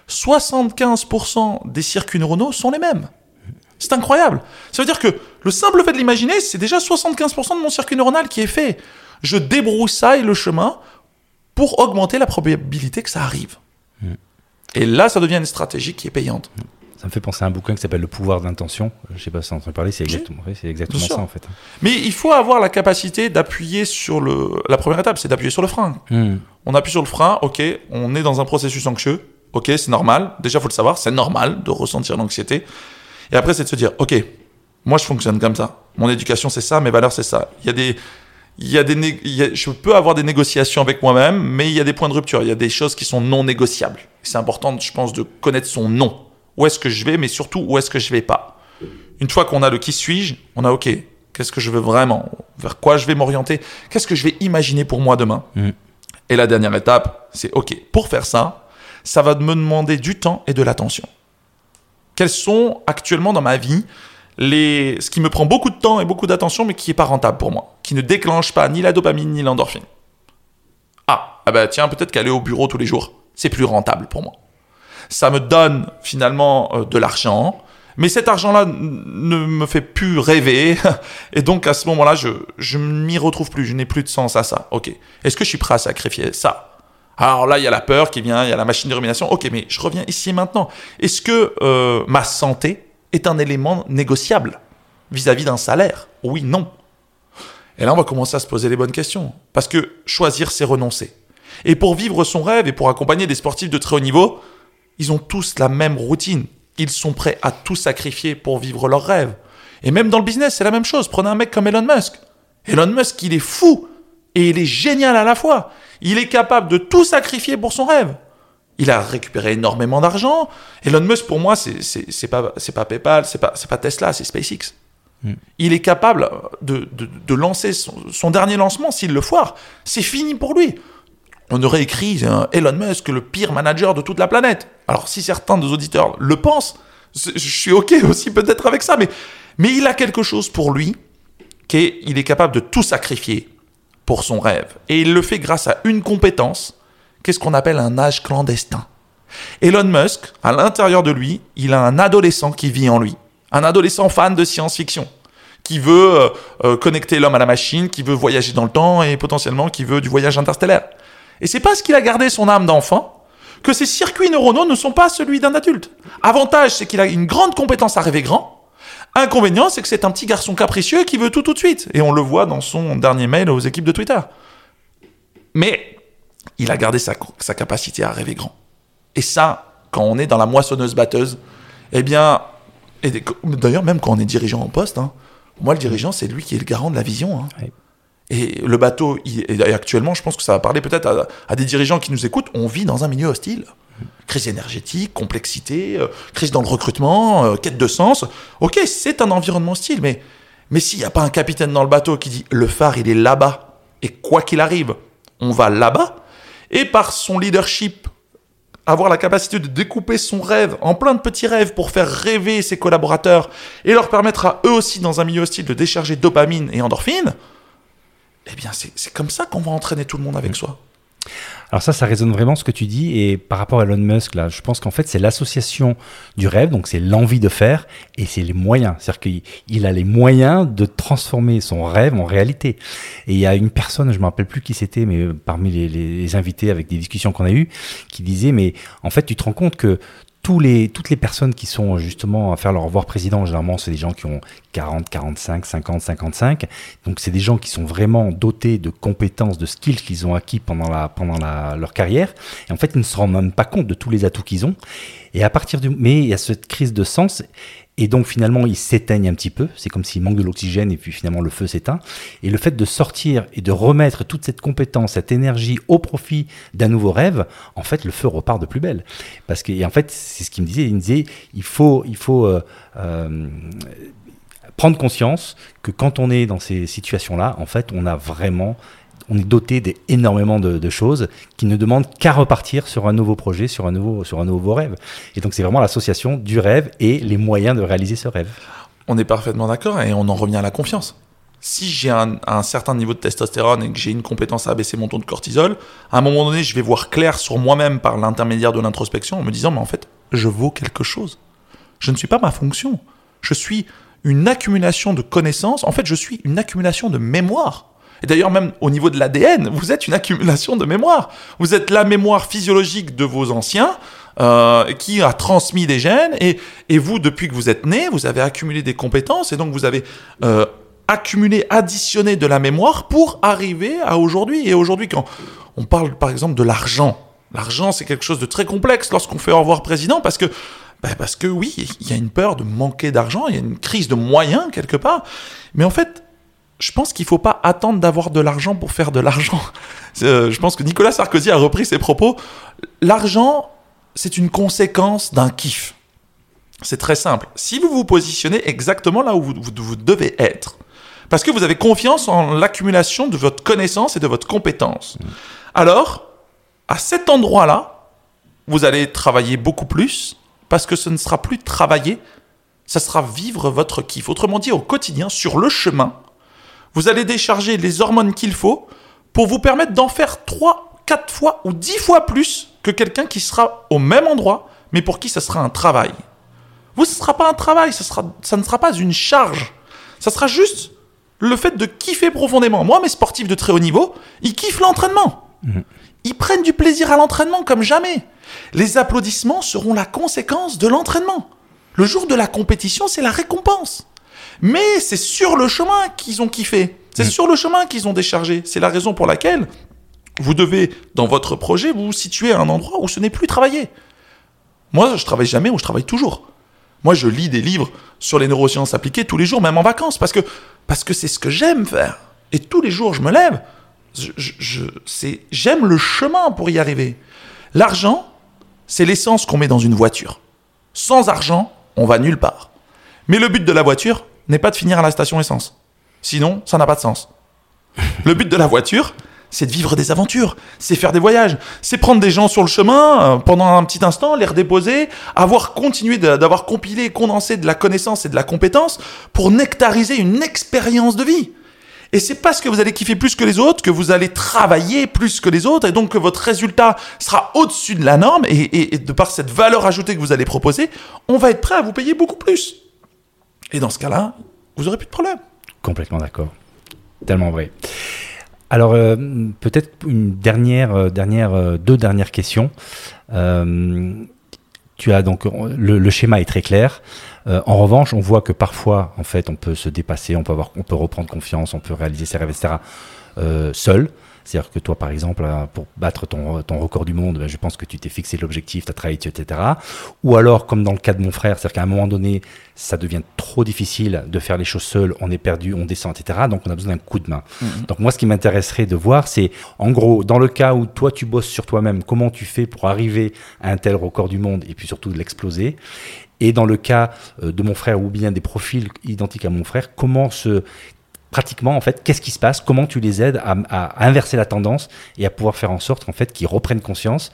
75% des circuits neuronaux sont les mêmes. C'est incroyable. Ça veut dire que le simple fait de l'imaginer, c'est déjà 75% de mon circuit neuronal qui est fait. Je débroussaille le chemin pour augmenter la probabilité que ça arrive. Et là, ça devient une stratégie qui est payante. Ça me fait penser à un bouquin qui s'appelle Le pouvoir de l'intention. Je ne sais pas si tu en as entendu parler, c'est exactement ça en fait. Mais il faut avoir la capacité d'appuyer sur la première étape, c'est d'appuyer sur le frein. On appuie sur le frein, ok, on est dans un processus anxieux, ok, c'est normal. Déjà, il faut le savoir, c'est normal de ressentir l'anxiété. Et après, c'est de se dire, ok, moi je fonctionne comme ça. Mon éducation, c'est ça, mes valeurs, c'est ça. Je peux avoir des négociations avec moi-même, mais il y a des points de rupture. Il y a des choses qui sont non négociables. C'est important, je pense, de connaître son non. Où est-ce que je vais, mais surtout, où est-ce que je vais pas. Une fois qu'on a le qui suis-je, on a OK, qu'est-ce que je veux vraiment? Vers quoi je vais m'orienter? Qu'est-ce que je vais imaginer pour moi demain? Et la dernière étape, c'est OK, pour faire ça, ça va me demander du temps et de l'attention. Quels sont actuellement dans ma vie ce qui me prend beaucoup de temps et beaucoup d'attention, mais qui n'est pas rentable pour moi, qui ne déclenche pas ni la dopamine ni l'endorphine? Ah bah tiens, peut-être qu'aller au bureau tous les jours, c'est plus rentable pour moi. Ça me donne finalement de l'argent, mais cet argent-là ne me fait plus rêver. Et donc à ce moment-là, je m'y retrouve plus, je n'ai plus de sens à ça. Ok, est-ce que je suis prêt à sacrifier ça? Alors là, il y a la peur qui vient, il y a la machine de rumination. Ok, mais je reviens ici et maintenant. Est-ce que ma santé est un élément négociable vis-à-vis d'un salaire? Oui, non. Et là, on va commencer à se poser les bonnes questions. Parce que choisir, c'est renoncer. Et pour vivre son rêve et pour accompagner des sportifs de très haut niveau, ils ont tous la même routine. Ils sont prêts à tout sacrifier pour vivre leur rêve. Et même dans le business, c'est la même chose. Prenez un mec comme Elon Musk. Elon Musk, il est fou et il est génial à la fois. Il est capable de tout sacrifier pour son rêve. Il a récupéré énormément d'argent. Elon Musk, pour moi, c'est pas PayPal, c'est pas Tesla, c'est SpaceX. Il est capable de lancer son dernier lancement. S'il le foire, c'est fini pour lui. On aurait écrit Elon Musk, le pire manager de toute la planète. Alors, si certains des auditeurs le pensent, je suis OK aussi peut-être avec ça, mais il a quelque chose pour lui qu'il est capable de tout sacrifier pour son rêve. Et il le fait grâce à une compétence, qu'est-ce qu'on appelle un âge clandestin. Elon Musk, à l'intérieur de lui, il a un adolescent qui vit en lui. Un adolescent fan de science-fiction, qui veut connecter l'homme à la machine, qui veut voyager dans le temps et potentiellement qui veut du voyage interstellaire. Et c'est parce qu'il a gardé son âme d'enfant que ses circuits neuronaux ne sont pas celui d'un adulte. Avantage, c'est qu'il a une grande compétence à rêver grand. Inconvénient, c'est que c'est un petit garçon capricieux qui veut tout de suite. Et on le voit dans son dernier mail aux équipes de Twitter. Mais il a gardé sa capacité à rêver grand. Et ça, quand on est dans la moissonneuse-batteuse, eh bien, et d'ailleurs même quand on est dirigeant en poste, moi le dirigeant, c'est lui qui est le garant de la vision. Oui. Et le bateau, et actuellement, je pense que ça va parler peut-être à des dirigeants qui nous écoutent, on vit dans un milieu hostile. Crise énergétique, complexité, crise dans le recrutement, quête de sens. Ok, c'est un environnement hostile, mais s'il n'y a pas un capitaine dans le bateau qui dit « le phare, il est là-bas, et quoi qu'il arrive, on va là-bas », et par son leadership, avoir la capacité de découper son rêve en plein de petits rêves pour faire rêver ses collaborateurs et leur permettre à eux aussi, dans un milieu hostile, de décharger dopamine et endorphine, eh bien, c'est comme ça qu'on va entraîner tout le monde avec soi. Alors ça résonne vraiment ce que tu dis. Et par rapport à Elon Musk, là, je pense qu'en fait, c'est l'association du rêve, donc c'est l'envie de faire, et c'est les moyens. C'est-à-dire qu'il a les moyens de transformer son rêve en réalité. Et il y a une personne, je ne me rappelle plus qui c'était, mais parmi les invités avec des discussions qu'on a eues, qui disait, mais en fait, tu te rends compte que toutes les personnes qui sont justement à faire leur revoir président, généralement, c'est des gens qui ont 40, 45, 50, 55. Donc, c'est des gens qui sont vraiment dotés de compétences, de skills qu'ils ont acquis pendant leur carrière. Et en fait, ils ne se rendent même pas compte de tous les atouts qu'ils ont. Et mais il y a cette crise de sens. Et donc, finalement, ils s'éteignent un petit peu. C'est comme s'il manque de l'oxygène et puis finalement, le feu s'éteint. Et le fait de sortir et de remettre toute cette compétence, cette énergie au profit d'un nouveau rêve, en fait, le feu repart de plus belle. Parce que, et en fait, c'est ce qu'il me disait. Il me disait, il faut prendre conscience que quand on est dans ces situations-là, en fait, on est doté d'énormément de choses qui ne demandent qu'à repartir sur un nouveau projet, sur un nouveau rêve. Et donc, c'est vraiment l'association du rêve et les moyens de réaliser ce rêve. On est parfaitement d'accord et on en revient à la confiance. Si j'ai un certain niveau de testostérone et que j'ai une compétence à abaisser mon taux de cortisol, à un moment donné, je vais voir clair sur moi-même par l'intermédiaire de l'introspection en me disant, mais en fait, je vaux quelque chose. Je ne suis pas ma fonction. Je suis une accumulation de connaissances. En fait, je suis une accumulation de mémoire. Et d'ailleurs, même au niveau de l'ADN, vous êtes une accumulation de mémoire. Vous êtes la mémoire physiologique de vos anciens, qui a transmis des gènes, et vous, depuis que vous êtes né, vous avez accumulé des compétences, et donc vous avez accumulé, additionné de la mémoire pour arriver à aujourd'hui. Et aujourd'hui, quand on parle par exemple de l'argent, c'est quelque chose de très complexe lorsqu'on fait au revoir président, parce que oui, il y a une peur de manquer d'argent, il y a une crise de moyens quelque part, mais en fait, je pense qu'il ne faut pas attendre d'avoir de l'argent pour faire de l'argent. Je pense que Nicolas Sarkozy a repris ses propos. L'argent, c'est une conséquence d'un kiff. C'est très simple. Si vous vous positionnez exactement là où vous devez être, parce que vous avez confiance en l'accumulation de votre connaissance et de votre compétence, alors, à cet endroit-là, vous allez travailler beaucoup plus, parce que ce ne sera plus travailler, ça sera vivre votre kiff. Autrement dit, au quotidien, sur le chemin, vous allez décharger les hormones qu'il faut pour vous permettre d'en faire 3, 4 fois ou 10 fois plus que quelqu'un qui sera au même endroit, mais pour qui ça sera un travail. Vous, ce ne sera pas un travail, ça ne sera pas une charge. Ça sera juste le fait de kiffer profondément. Moi, mes sportifs de très haut niveau, ils kiffent l'entraînement. Ils prennent du plaisir à l'entraînement comme jamais. Les applaudissements seront la conséquence de l'entraînement. Le jour de la compétition, c'est la récompense. Mais c'est sur le chemin qu'ils ont kiffé. C'est sur le chemin qu'ils ont déchargé. C'est la raison pour laquelle vous devez, dans votre projet, vous situer à un endroit où ce n'est plus travailler. Moi, je travaille jamais ou je travaille toujours. Moi, je lis des livres sur les neurosciences appliquées tous les jours, même en vacances, parce que c'est ce que j'aime faire. Et tous les jours, je me lève. J'aime le chemin pour y arriver. L'argent, c'est l'essence qu'on met dans une voiture. Sans argent, on va nulle part. Mais le but de la voiture n'est pas de finir à la station essence. Sinon, ça n'a pas de sens. Le but de la voiture, c'est de vivre des aventures, c'est faire des voyages, c'est prendre des gens sur le chemin pendant un petit instant, les redéposer, avoir continué d'avoir compilé et condensé de la connaissance et de la compétence pour nectariser une expérience de vie. Et c'est parce que vous allez kiffer plus que les autres, que vous allez travailler plus que les autres, et donc que votre résultat sera au-dessus de la norme, et de par cette valeur ajoutée que vous allez proposer, on va être prêt à vous payer beaucoup plus. Et dans ce cas-là, vous n'aurez plus de problème. Complètement d'accord. Tellement vrai. Alors, peut-être une deux dernières questions. Tu as donc le schéma est très clair. En revanche, on voit que parfois, en fait, on peut se dépasser, on peut reprendre confiance, on peut réaliser ses rêves, etc. Seul. C'est-à-dire que toi, par exemple, pour battre ton record du monde, je pense que tu t'es fixé l'objectif, tu as travaillé, etc. Ou alors, comme dans le cas de mon frère, c'est-à-dire qu'à un moment donné, ça devient trop difficile de faire les choses seul, on est perdu, on descend, etc. Donc, on a besoin d'un coup de main. Donc, moi, ce qui m'intéresserait de voir, c'est, en gros, dans le cas où toi, tu bosses sur toi-même, comment tu fais pour arriver à un tel record du monde et puis surtout de l'exploser. Et dans le cas de mon frère ou bien des profils identiques à mon frère, pratiquement, en fait, qu'est-ce qui se passe? Comment tu les aides à inverser la tendance et à pouvoir faire en sorte, en fait, qu'ils reprennent confiance,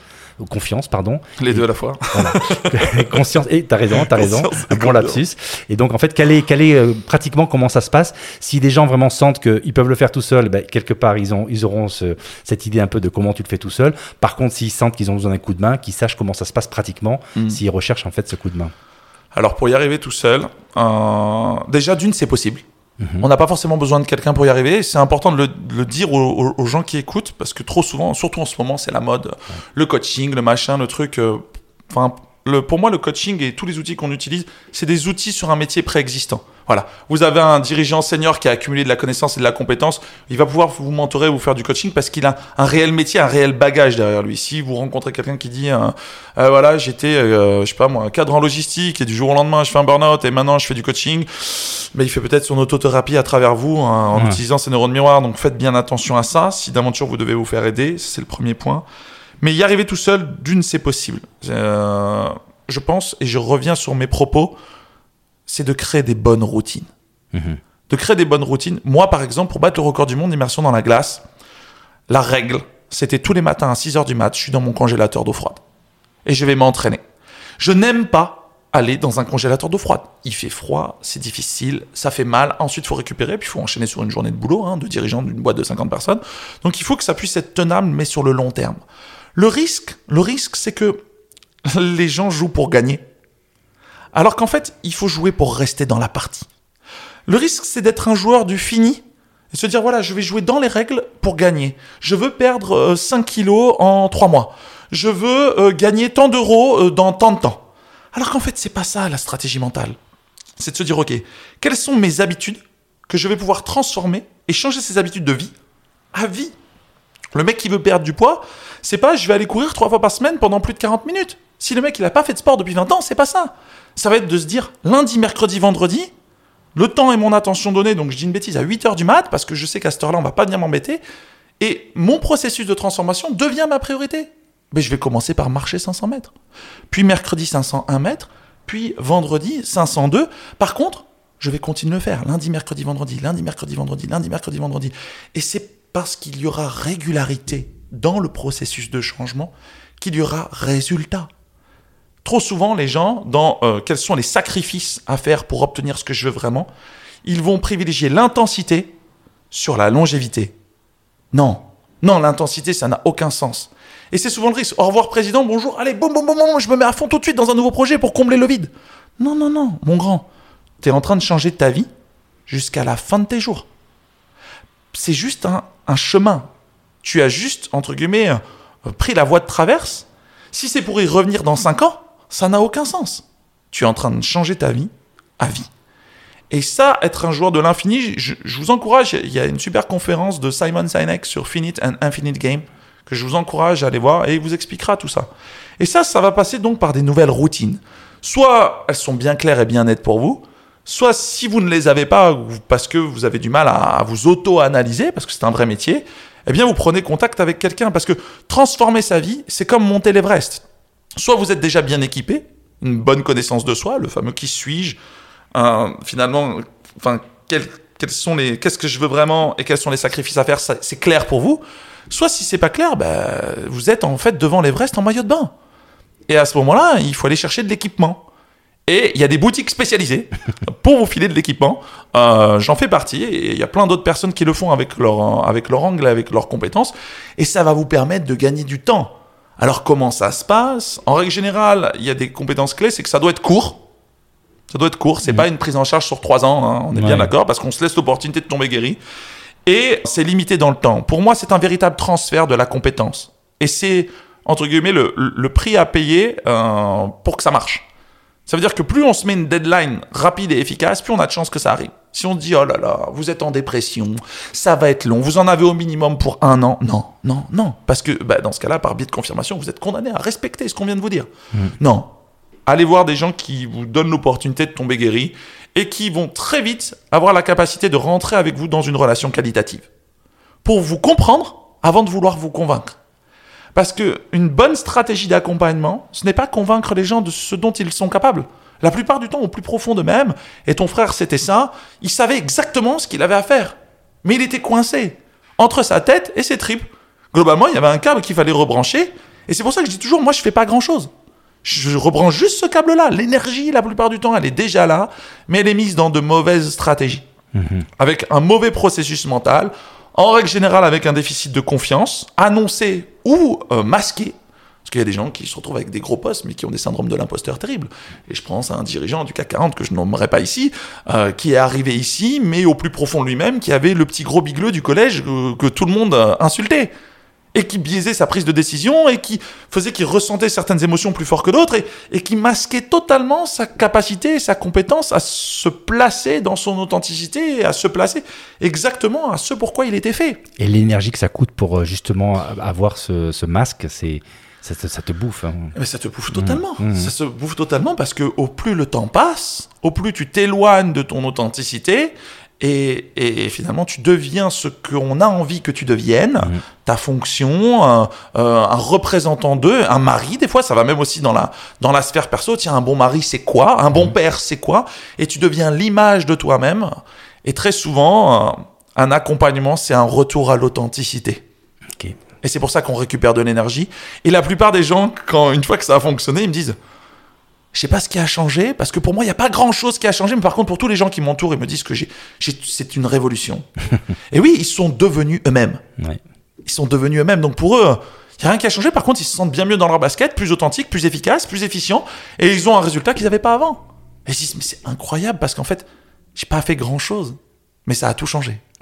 Les deux à la fois. Voilà. Conscience. Et t'as raison. Un bon lapsus. Et donc, en fait, pratiquement comment ça se passe? Si des gens vraiment sentent qu'ils peuvent le faire tout seuls, quelque part, ils auront cette idée un peu de comment tu le fais tout seul. Par contre, s'ils sentent qu'ils ont besoin d'un coup de main, qu'ils sachent comment ça se passe pratiquement, s'ils recherchent, en fait, ce coup de main. Alors, pour y arriver tout seul, déjà, c'est possible. On n'a pas forcément besoin de quelqu'un pour y arriver. C'est important de le dire aux gens qui écoutent, parce que trop souvent, surtout en ce moment, c'est la mode. Le coaching, le machin, le truc. Pour moi, le coaching et tous les outils qu'on utilise, c'est des outils sur un métier préexistant. Voilà. Vous avez un dirigeant senior qui a accumulé de la connaissance et de la compétence. Il va pouvoir vous mentorer, vous faire du coaching parce qu'il a un réel métier, un réel bagage derrière lui. Si vous rencontrez quelqu'un qui dit, voilà, j'étais, je sais pas moi, cadre en logistique et du jour au lendemain, je fais un burn-out et maintenant je fais du coaching, il fait peut-être son autothérapie à travers vous en utilisant ses neurones miroirs. Donc faites bien attention à ça. Si d'aventure vous devez vous faire aider, c'est le premier point. Mais y arriver tout seul, c'est possible. Je pense, et je reviens sur mes propos, c'est de créer des bonnes routines. De créer des bonnes routines. Moi, par exemple, pour battre le record du monde d'immersion dans la glace, la règle, c'était tous les matins à 6h du mat, je suis dans mon congélateur d'eau froide. Et je vais m'entraîner. Je n'aime pas aller dans un congélateur d'eau froide. Il fait froid, c'est difficile, ça fait mal. Ensuite, il faut récupérer, puis il faut enchaîner sur une journée de boulot, de dirigeant d'une boîte de 50 personnes. Donc, il faut que ça puisse être tenable, mais sur le long terme. Le risque, c'est que les gens jouent pour gagner. Alors qu'en fait, il faut jouer pour rester dans la partie. Le risque, c'est d'être un joueur du fini et se dire, voilà, je vais jouer dans les règles pour gagner. Je veux perdre 5 kilos en 3 mois. je veux gagner tant d'euros dans tant de temps. Alors qu'en fait, c'est pas ça la stratégie mentale. C'est de se dire, ok, quelles sont mes habitudes que je vais pouvoir transformer et changer ces habitudes de vie à vie. Le mec qui veut perdre du poids, c'est pas je vais aller courir 3 fois par semaine pendant plus de 40 minutes. Si le mec il a pas fait de sport depuis 20 ans, c'est pas ça. Ça va être de se dire lundi, mercredi, vendredi, le temps et mon attention donnée, donc je dis une bêtise, à 8h du mat, parce que je sais qu'à cette heure-là, on va pas venir m'embêter, et mon processus de transformation devient ma priorité. Mais je vais commencer par marcher 500 mètres. Puis mercredi, 501 mètres. Puis vendredi, 502. Par contre, je vais continuer de le faire. Lundi, mercredi, vendredi, lundi, mercredi, vendredi, lundi, mercredi, vendredi. Et c'est parce qu'il y aura régularité dans le processus de changement qu'il y aura résultat. Trop souvent, les gens, dans quels sont les sacrifices à faire pour obtenir ce que je veux vraiment, ils vont privilégier l'intensité sur la longévité. Non, l'intensité, ça n'a aucun sens. Et c'est souvent le risque. Au revoir, président, bonjour, allez, boum, boum, boum, boum, je me mets à fond tout de suite dans un nouveau projet pour combler le vide. Non, mon grand. Tu es en train de changer ta vie jusqu'à la fin de tes jours. C'est juste un chemin. Tu as juste, entre guillemets, pris la voie de traverse. Si c'est pour y revenir dans 5 ans, ça n'a aucun sens. Tu es en train de changer ta vie à vie. Et ça, être un joueur de l'infini, je vous encourage, il y a une super conférence de Simon Sinek sur Finite and Infinite Game, que je vous encourage à aller voir, et il vous expliquera tout ça. Et ça va passer donc par des nouvelles routines. Soit elles sont bien claires et bien nettes pour vous, soit si vous ne les avez pas, parce que vous avez du mal à vous auto-analyser, parce que c'est un vrai métier, eh bien vous prenez contact avec quelqu'un, parce que transformer sa vie, c'est comme monter l'Everest. Soit vous êtes déjà bien équipé, une bonne connaissance de soi, le fameux « qui suis-je », finalement, qu'est-ce que je veux vraiment et quels sont les sacrifices à faire, c'est clair pour vous. Soit si c'est pas clair, vous êtes en fait devant l'Everest en maillot de bain. Et à ce moment-là, il faut aller chercher de l'équipement. Et il y a des boutiques spécialisées pour vous filer de l'équipement. J'en fais partie et il y a plein d'autres personnes qui le font avec leur angle, avec leurs compétences. Et ça va vous permettre de gagner du temps. Alors comment ça se passe ? En règle générale, il y a des compétences clés, c'est que ça doit être court. Ça doit être court, c'est pas une prise en charge sur 3 ans, hein, on est bien d'accord, parce qu'on se laisse l'opportunité de tomber guéri. Et c'est limité dans le temps. Pour moi, c'est un véritable transfert de la compétence. Et c'est, entre guillemets, le prix à payer pour que ça marche. Ça veut dire que plus on se met une deadline rapide et efficace, plus on a de chances que ça arrive. Si on dit, oh là là, vous êtes en dépression, ça va être long, vous en avez au minimum pour 1 an. Non. Parce que dans ce cas-là, par biais de confirmation, vous êtes condamné à respecter ce qu'on vient de vous dire. Non. Allez voir des gens qui vous donnent l'opportunité de tomber guéri et qui vont très vite avoir la capacité de rentrer avec vous dans une relation qualitative. Pour vous comprendre avant de vouloir vous convaincre. Parce qu'une bonne stratégie d'accompagnement, ce n'est pas convaincre les gens de ce dont ils sont capables. La plupart du temps, au plus profond d'eux-mêmes, et ton frère c'était ça, il savait exactement ce qu'il avait à faire. Mais il était coincé entre sa tête et ses tripes. Globalement, il y avait un câble qu'il fallait rebrancher. Et c'est pour ça que je dis toujours, moi je fais pas grand-chose. Je rebranche juste ce câble-là. L'énergie, la plupart du temps, elle est déjà là, mais elle est mise dans de mauvaises stratégies. Avec un mauvais processus mental, en règle générale avec un déficit de confiance, annoncé ou masqué. Parce qu'il y a des gens qui se retrouvent avec des gros postes, mais qui ont des syndromes de l'imposteur terribles. Et je pense à un dirigeant du CAC 40 que je nommerai pas ici, qui est arrivé ici, mais au plus profond de lui-même, qui avait le petit gros bigleux du collège que tout le monde insultait. Et qui biaisait sa prise de décision et qui faisait qu'il ressentait certaines émotions plus fort que d'autres et qui masquait totalement sa capacité et sa compétence à se placer dans son authenticité et à se placer exactement à ce pourquoi il était fait. Et l'énergie que ça coûte pour justement avoir ce masque, ça te bouffe. Hein. Mais ça te bouffe totalement. Ça se bouffe totalement parce que au plus le temps passe, au plus tu t'éloignes de ton authenticité. Et finalement, tu deviens ce qu'on a envie que tu deviennes, ta fonction, un représentant d'eux, un mari. Des fois, ça va même aussi dans la sphère perso. Tiens, un bon mari, c'est quoi ? Un bon père, c'est quoi ? Et tu deviens l'image de toi-même. Et très souvent, un accompagnement, c'est un retour à l'authenticité. Okay. Et c'est pour ça qu'on récupère de l'énergie. Et la plupart des gens, une fois que ça a fonctionné, ils me disent... Je sais pas ce qui a changé, parce que pour moi, il n'y a pas grand-chose qui a changé, mais par contre, pour tous les gens qui m'entourent, ils me disent que c'est une révolution. Et oui, ils sont devenus eux-mêmes. Ouais. Ils sont devenus eux-mêmes. Donc pour eux, il n'y a rien qui a changé. Par contre, ils se sentent bien mieux dans leur basket, plus authentiques, plus efficaces, plus efficients, et ils ont un résultat qu'ils n'avaient pas avant. Et ils se disent, mais c'est incroyable, parce qu'en fait, j'ai pas fait grand-chose, mais ça a tout changé. Oui.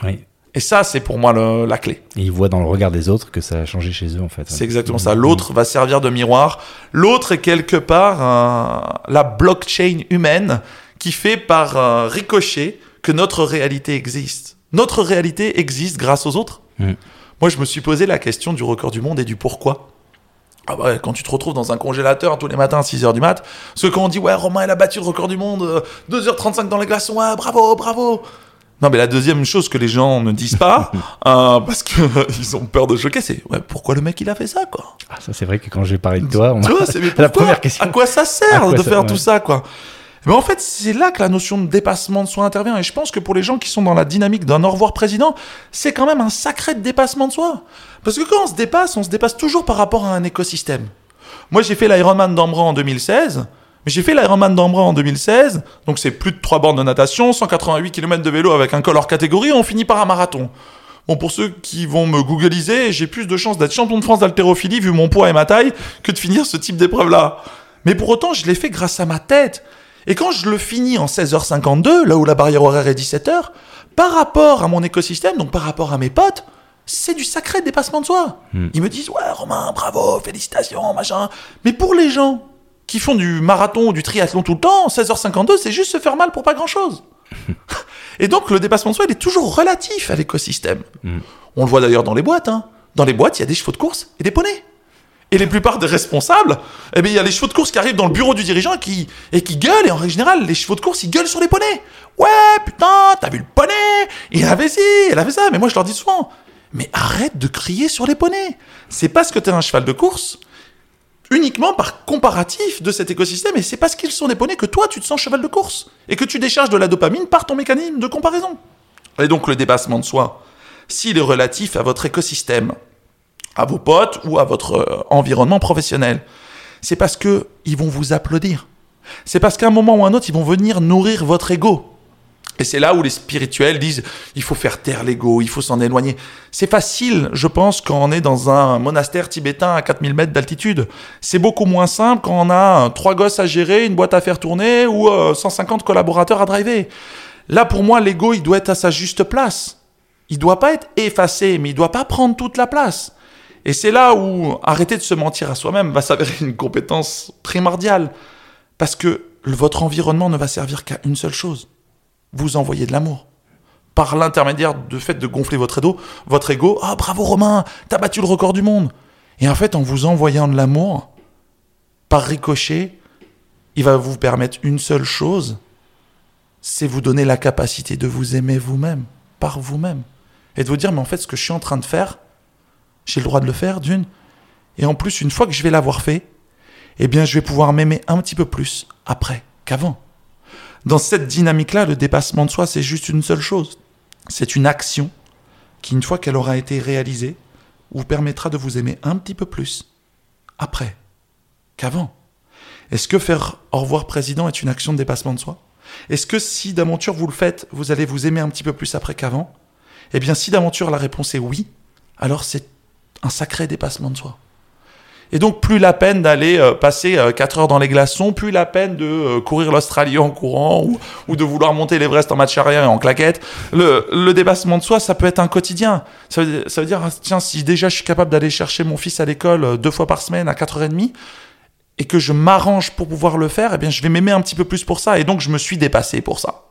Et ça, c'est pour moi la clé. Et ils voient dans le regard des autres que ça a changé chez eux, en fait. C'est exactement ça. L'autre va servir de miroir. L'autre est quelque part la blockchain humaine qui fait par ricochet que notre réalité existe. Notre réalité existe grâce aux autres. Moi, je me suis posé la question du record du monde et du pourquoi. Ah ouais, quand tu te retrouves dans un congélateur tous les matins à 6h du mat, parce que quand on dit « Ouais, Romain, il a battu le record du monde, 2h35 dans les glaçons, ouais, bravo, bravo !» Non, mais la deuxième chose que les gens ne disent pas, parce qu'ils ont peur de choquer, c'est ouais, pourquoi le mec il a fait ça, quoi. Ah, ça, c'est vrai que quand j'ai parlé de toi, tu vois, c'est la première question. À quoi ça sert de faire tout ça, quoi. Mais en fait, c'est là que la notion de dépassement de soi intervient. Et je pense que pour les gens qui sont dans la dynamique d'un au revoir président, c'est quand même un sacré dépassement de soi. Parce que quand on se dépasse toujours par rapport à un écosystème. Moi, j'ai fait l'Ironman d'Ambra en 2016. Mais j'ai fait l'Ironman d'Ambra en 2016, donc c'est plus de 3 bornes de natation, 188 km de vélo avec un col hors catégorie, on finit par un marathon. Bon, pour ceux qui vont me googliser, j'ai plus de chances d'être champion de France d'haltérophilie vu mon poids et ma taille que de finir ce type d'épreuve-là. Mais pour autant, je l'ai fait grâce à ma tête. Et quand je le finis en 16h52, là où la barrière horaire est 17h, par rapport à mon écosystème, donc par rapport à mes potes, c'est du sacré dépassement de soi. Ils me disent « Ouais, Romain, bravo, félicitations, machin. » Mais pour les gens qui font du marathon ou du triathlon tout le temps, 16h52, c'est juste se faire mal pour pas grand-chose. Et donc, le dépassement de soi, il est toujours relatif à l'écosystème. On le voit d'ailleurs dans les boîtes. Dans les boîtes, il y a des chevaux de course et des poneys. Et les plupart des responsables, eh bien, il y a les chevaux de course qui arrivent dans le bureau du dirigeant et qui gueulent. Et en règle générale, les chevaux de course, ils gueulent sur les poneys. Ouais, putain, t'as vu le poney? Il avait ci, il avait ça. Mais moi, je leur dis souvent, mais arrête de crier sur les poneys. C'est parce que t'es un cheval de course uniquement par comparatif de cet écosystème, et c'est parce qu'ils sont des poneys que toi, tu te sens cheval de course, et que tu décharges de la dopamine par ton mécanisme de comparaison. Et donc, le dépassement de soi, s'il est relatif à votre écosystème, à vos potes ou à votre environnement professionnel, c'est parce qu'ils vont vous applaudir. C'est parce qu'à un moment ou un autre, ils vont venir nourrir votre ego. Et c'est là où les spirituels disent « il faut faire taire l'ego, il faut s'en éloigner ». C'est facile, je pense, quand on est dans un monastère tibétain à 4000 mètres d'altitude. C'est beaucoup moins simple quand on a 3 gosses à gérer, une boîte à faire tourner ou 150 collaborateurs à driver. Là, pour moi, l'ego, il doit être à sa juste place. Il ne doit pas être effacé, mais il ne doit pas prendre toute la place. Et c'est là où arrêter de se mentir à soi-même va s'avérer une compétence primordiale. Parce que votre environnement ne va servir qu'à une seule chose. Vous envoyez de l'amour. Par l'intermédiaire du fait de gonfler votre ego, « Ah, bravo Romain, t'as battu le record du monde !» Et en fait, en vous envoyant de l'amour, par ricochet, il va vous permettre une seule chose, c'est vous donner la capacité de vous aimer vous-même, par vous-même. Et de vous dire, mais en fait, ce que je suis en train de faire, j'ai le droit de le faire, d'une. Et en plus, une fois que je vais l'avoir fait, eh bien, je vais pouvoir m'aimer un petit peu plus après qu'avant. Dans cette dynamique-là, le dépassement de soi, c'est juste une seule chose. C'est une action qui, une fois qu'elle aura été réalisée, vous permettra de vous aimer un petit peu plus après qu'avant. Est-ce que faire au revoir président est une action de dépassement de soi? Est-ce que si d'aventure vous le faites, vous allez vous aimer un petit peu plus après qu'avant? Eh bien, si d'aventure la réponse est oui, alors c'est un sacré dépassement de soi. Et donc, plus la peine d'aller passer 4 heures dans les glaçons, plus la peine de courir l'Australie en courant ou de vouloir monter l'Everest en marche arrière et en claquette. Le dépassement de soi, ça peut être un quotidien. Ça veut dire, tiens, si déjà je suis capable d'aller chercher mon fils à l'école 2 fois par semaine à 4h30 et que je m'arrange pour pouvoir le faire, eh bien, je vais m'aimer un petit peu plus pour ça. Et donc, je me suis dépassé pour ça.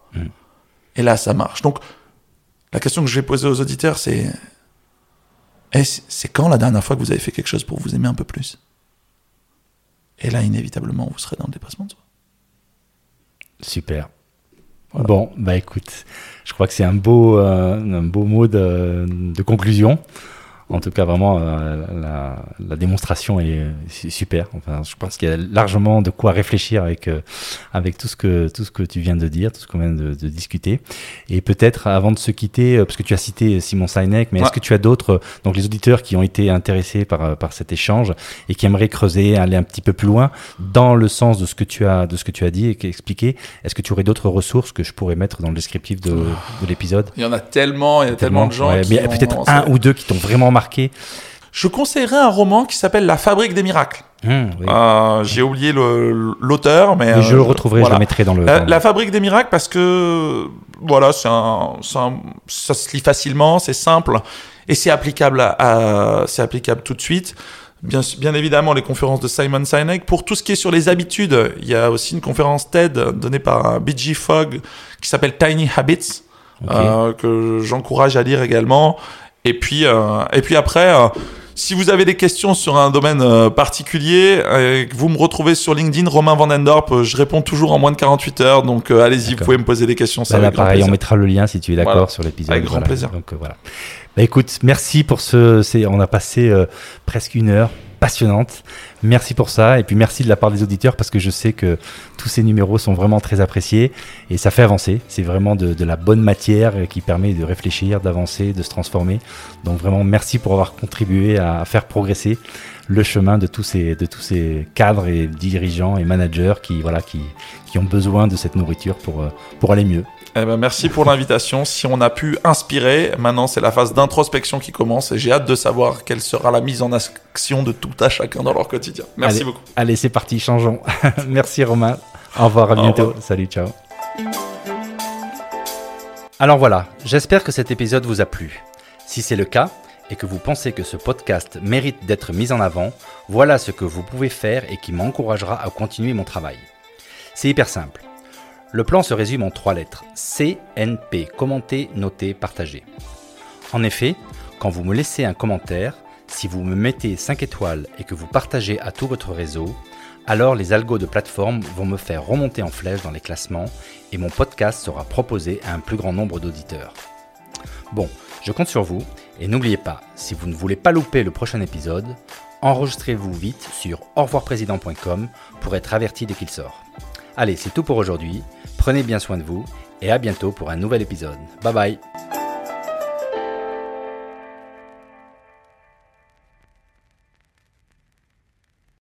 Et là, ça marche. Donc, la question que je vais poser aux auditeurs, c'est... c'est quand la dernière fois que vous avez fait quelque chose pour vous aimer un peu plus? Et là, inévitablement, vous serez dans le dépassement de soi. Super. Voilà. Bon, bah écoute, je crois que c'est un beau mot de conclusion. En tout cas, vraiment, la démonstration est super. Enfin, je pense qu'il y a largement de quoi réfléchir avec tout ce que tu viens de dire, tout ce qu'on vient de discuter. Et peut-être, avant de se quitter, parce que tu as cité Simon Sinek, mais est-ce que tu as d'autres, donc les auditeurs qui ont été intéressés par cet échange et qui aimeraient creuser, aller un petit peu plus loin dans le sens de ce que tu as dit et expliqué, est-ce que tu aurais d'autres ressources que je pourrais mettre dans le descriptif de l'épisode? Il y en a tellement, tellement de gens peut-être un ou deux qui t'ont vraiment marqué. Je conseillerais un roman qui s'appelle La Fabrique des miracles Oui. J'ai oublié l'auteur, mais je le retrouverai, je le mettrai dans le... La Fabrique des miracles, parce que voilà, ça se lit facilement, c'est simple et c'est applicable c'est applicable tout de suite. Bien évidemment, les conférences de Simon Sinek. Pour tout ce qui est sur les habitudes, il y a aussi une conférence TED donnée par B.G. Fogg qui s'appelle Tiny Habits, que j'encourage à lire également. Et puis après, si vous avez des questions sur un domaine particulier, que vous me retrouvez sur LinkedIn, Romain Vandendorp, je réponds toujours en moins de 48 heures. Donc allez-y, vous pouvez me poser des questions. Ça là, pareil, on mettra le lien si tu es d'accord sur l'épisode. Avec grand plaisir. Donc voilà. Écoute, merci pour on a passé presque 1 heure passionnante. Merci pour ça et puis merci de la part des auditeurs parce que je sais que tous ces numéros sont vraiment très appréciés et ça fait avancer. C'est vraiment de la bonne matière qui permet de réfléchir, d'avancer, de se transformer. Donc vraiment merci pour avoir contribué à faire progresser le chemin de tous ces cadres et dirigeants et managers qui ont besoin de cette nourriture pour aller mieux. Merci pour l'invitation. Si on a pu inspirer, maintenant c'est la phase d'introspection qui commence et j'ai hâte de savoir quelle sera la mise en action de tout à chacun dans leur quotidien. Merci beaucoup. Allez, c'est parti, changeons. Merci Romain. Au revoir, à bientôt. Revoir. Salut, ciao. Alors voilà, j'espère que cet épisode vous a plu. Si c'est le cas et que vous pensez que ce podcast mérite d'être mis en avant, voilà ce que vous pouvez faire et qui m'encouragera à continuer mon travail. C'est hyper simple. Le plan se résume en 3 lettres. CNP, commenter, noter, partager. En effet, quand vous me laissez un commentaire, si vous me mettez 5 étoiles et que vous partagez à tout votre réseau, alors les algos de plateforme vont me faire remonter en flèche dans les classements et mon podcast sera proposé à un plus grand nombre d'auditeurs. Bon, je compte sur vous et n'oubliez pas, si vous ne voulez pas louper le prochain épisode, enregistrez-vous vite sur aurevoirprésident.com pour être averti dès qu'il sort. Allez, c'est tout pour aujourd'hui. Prenez bien soin de vous et à bientôt pour un nouvel épisode. Bye bye.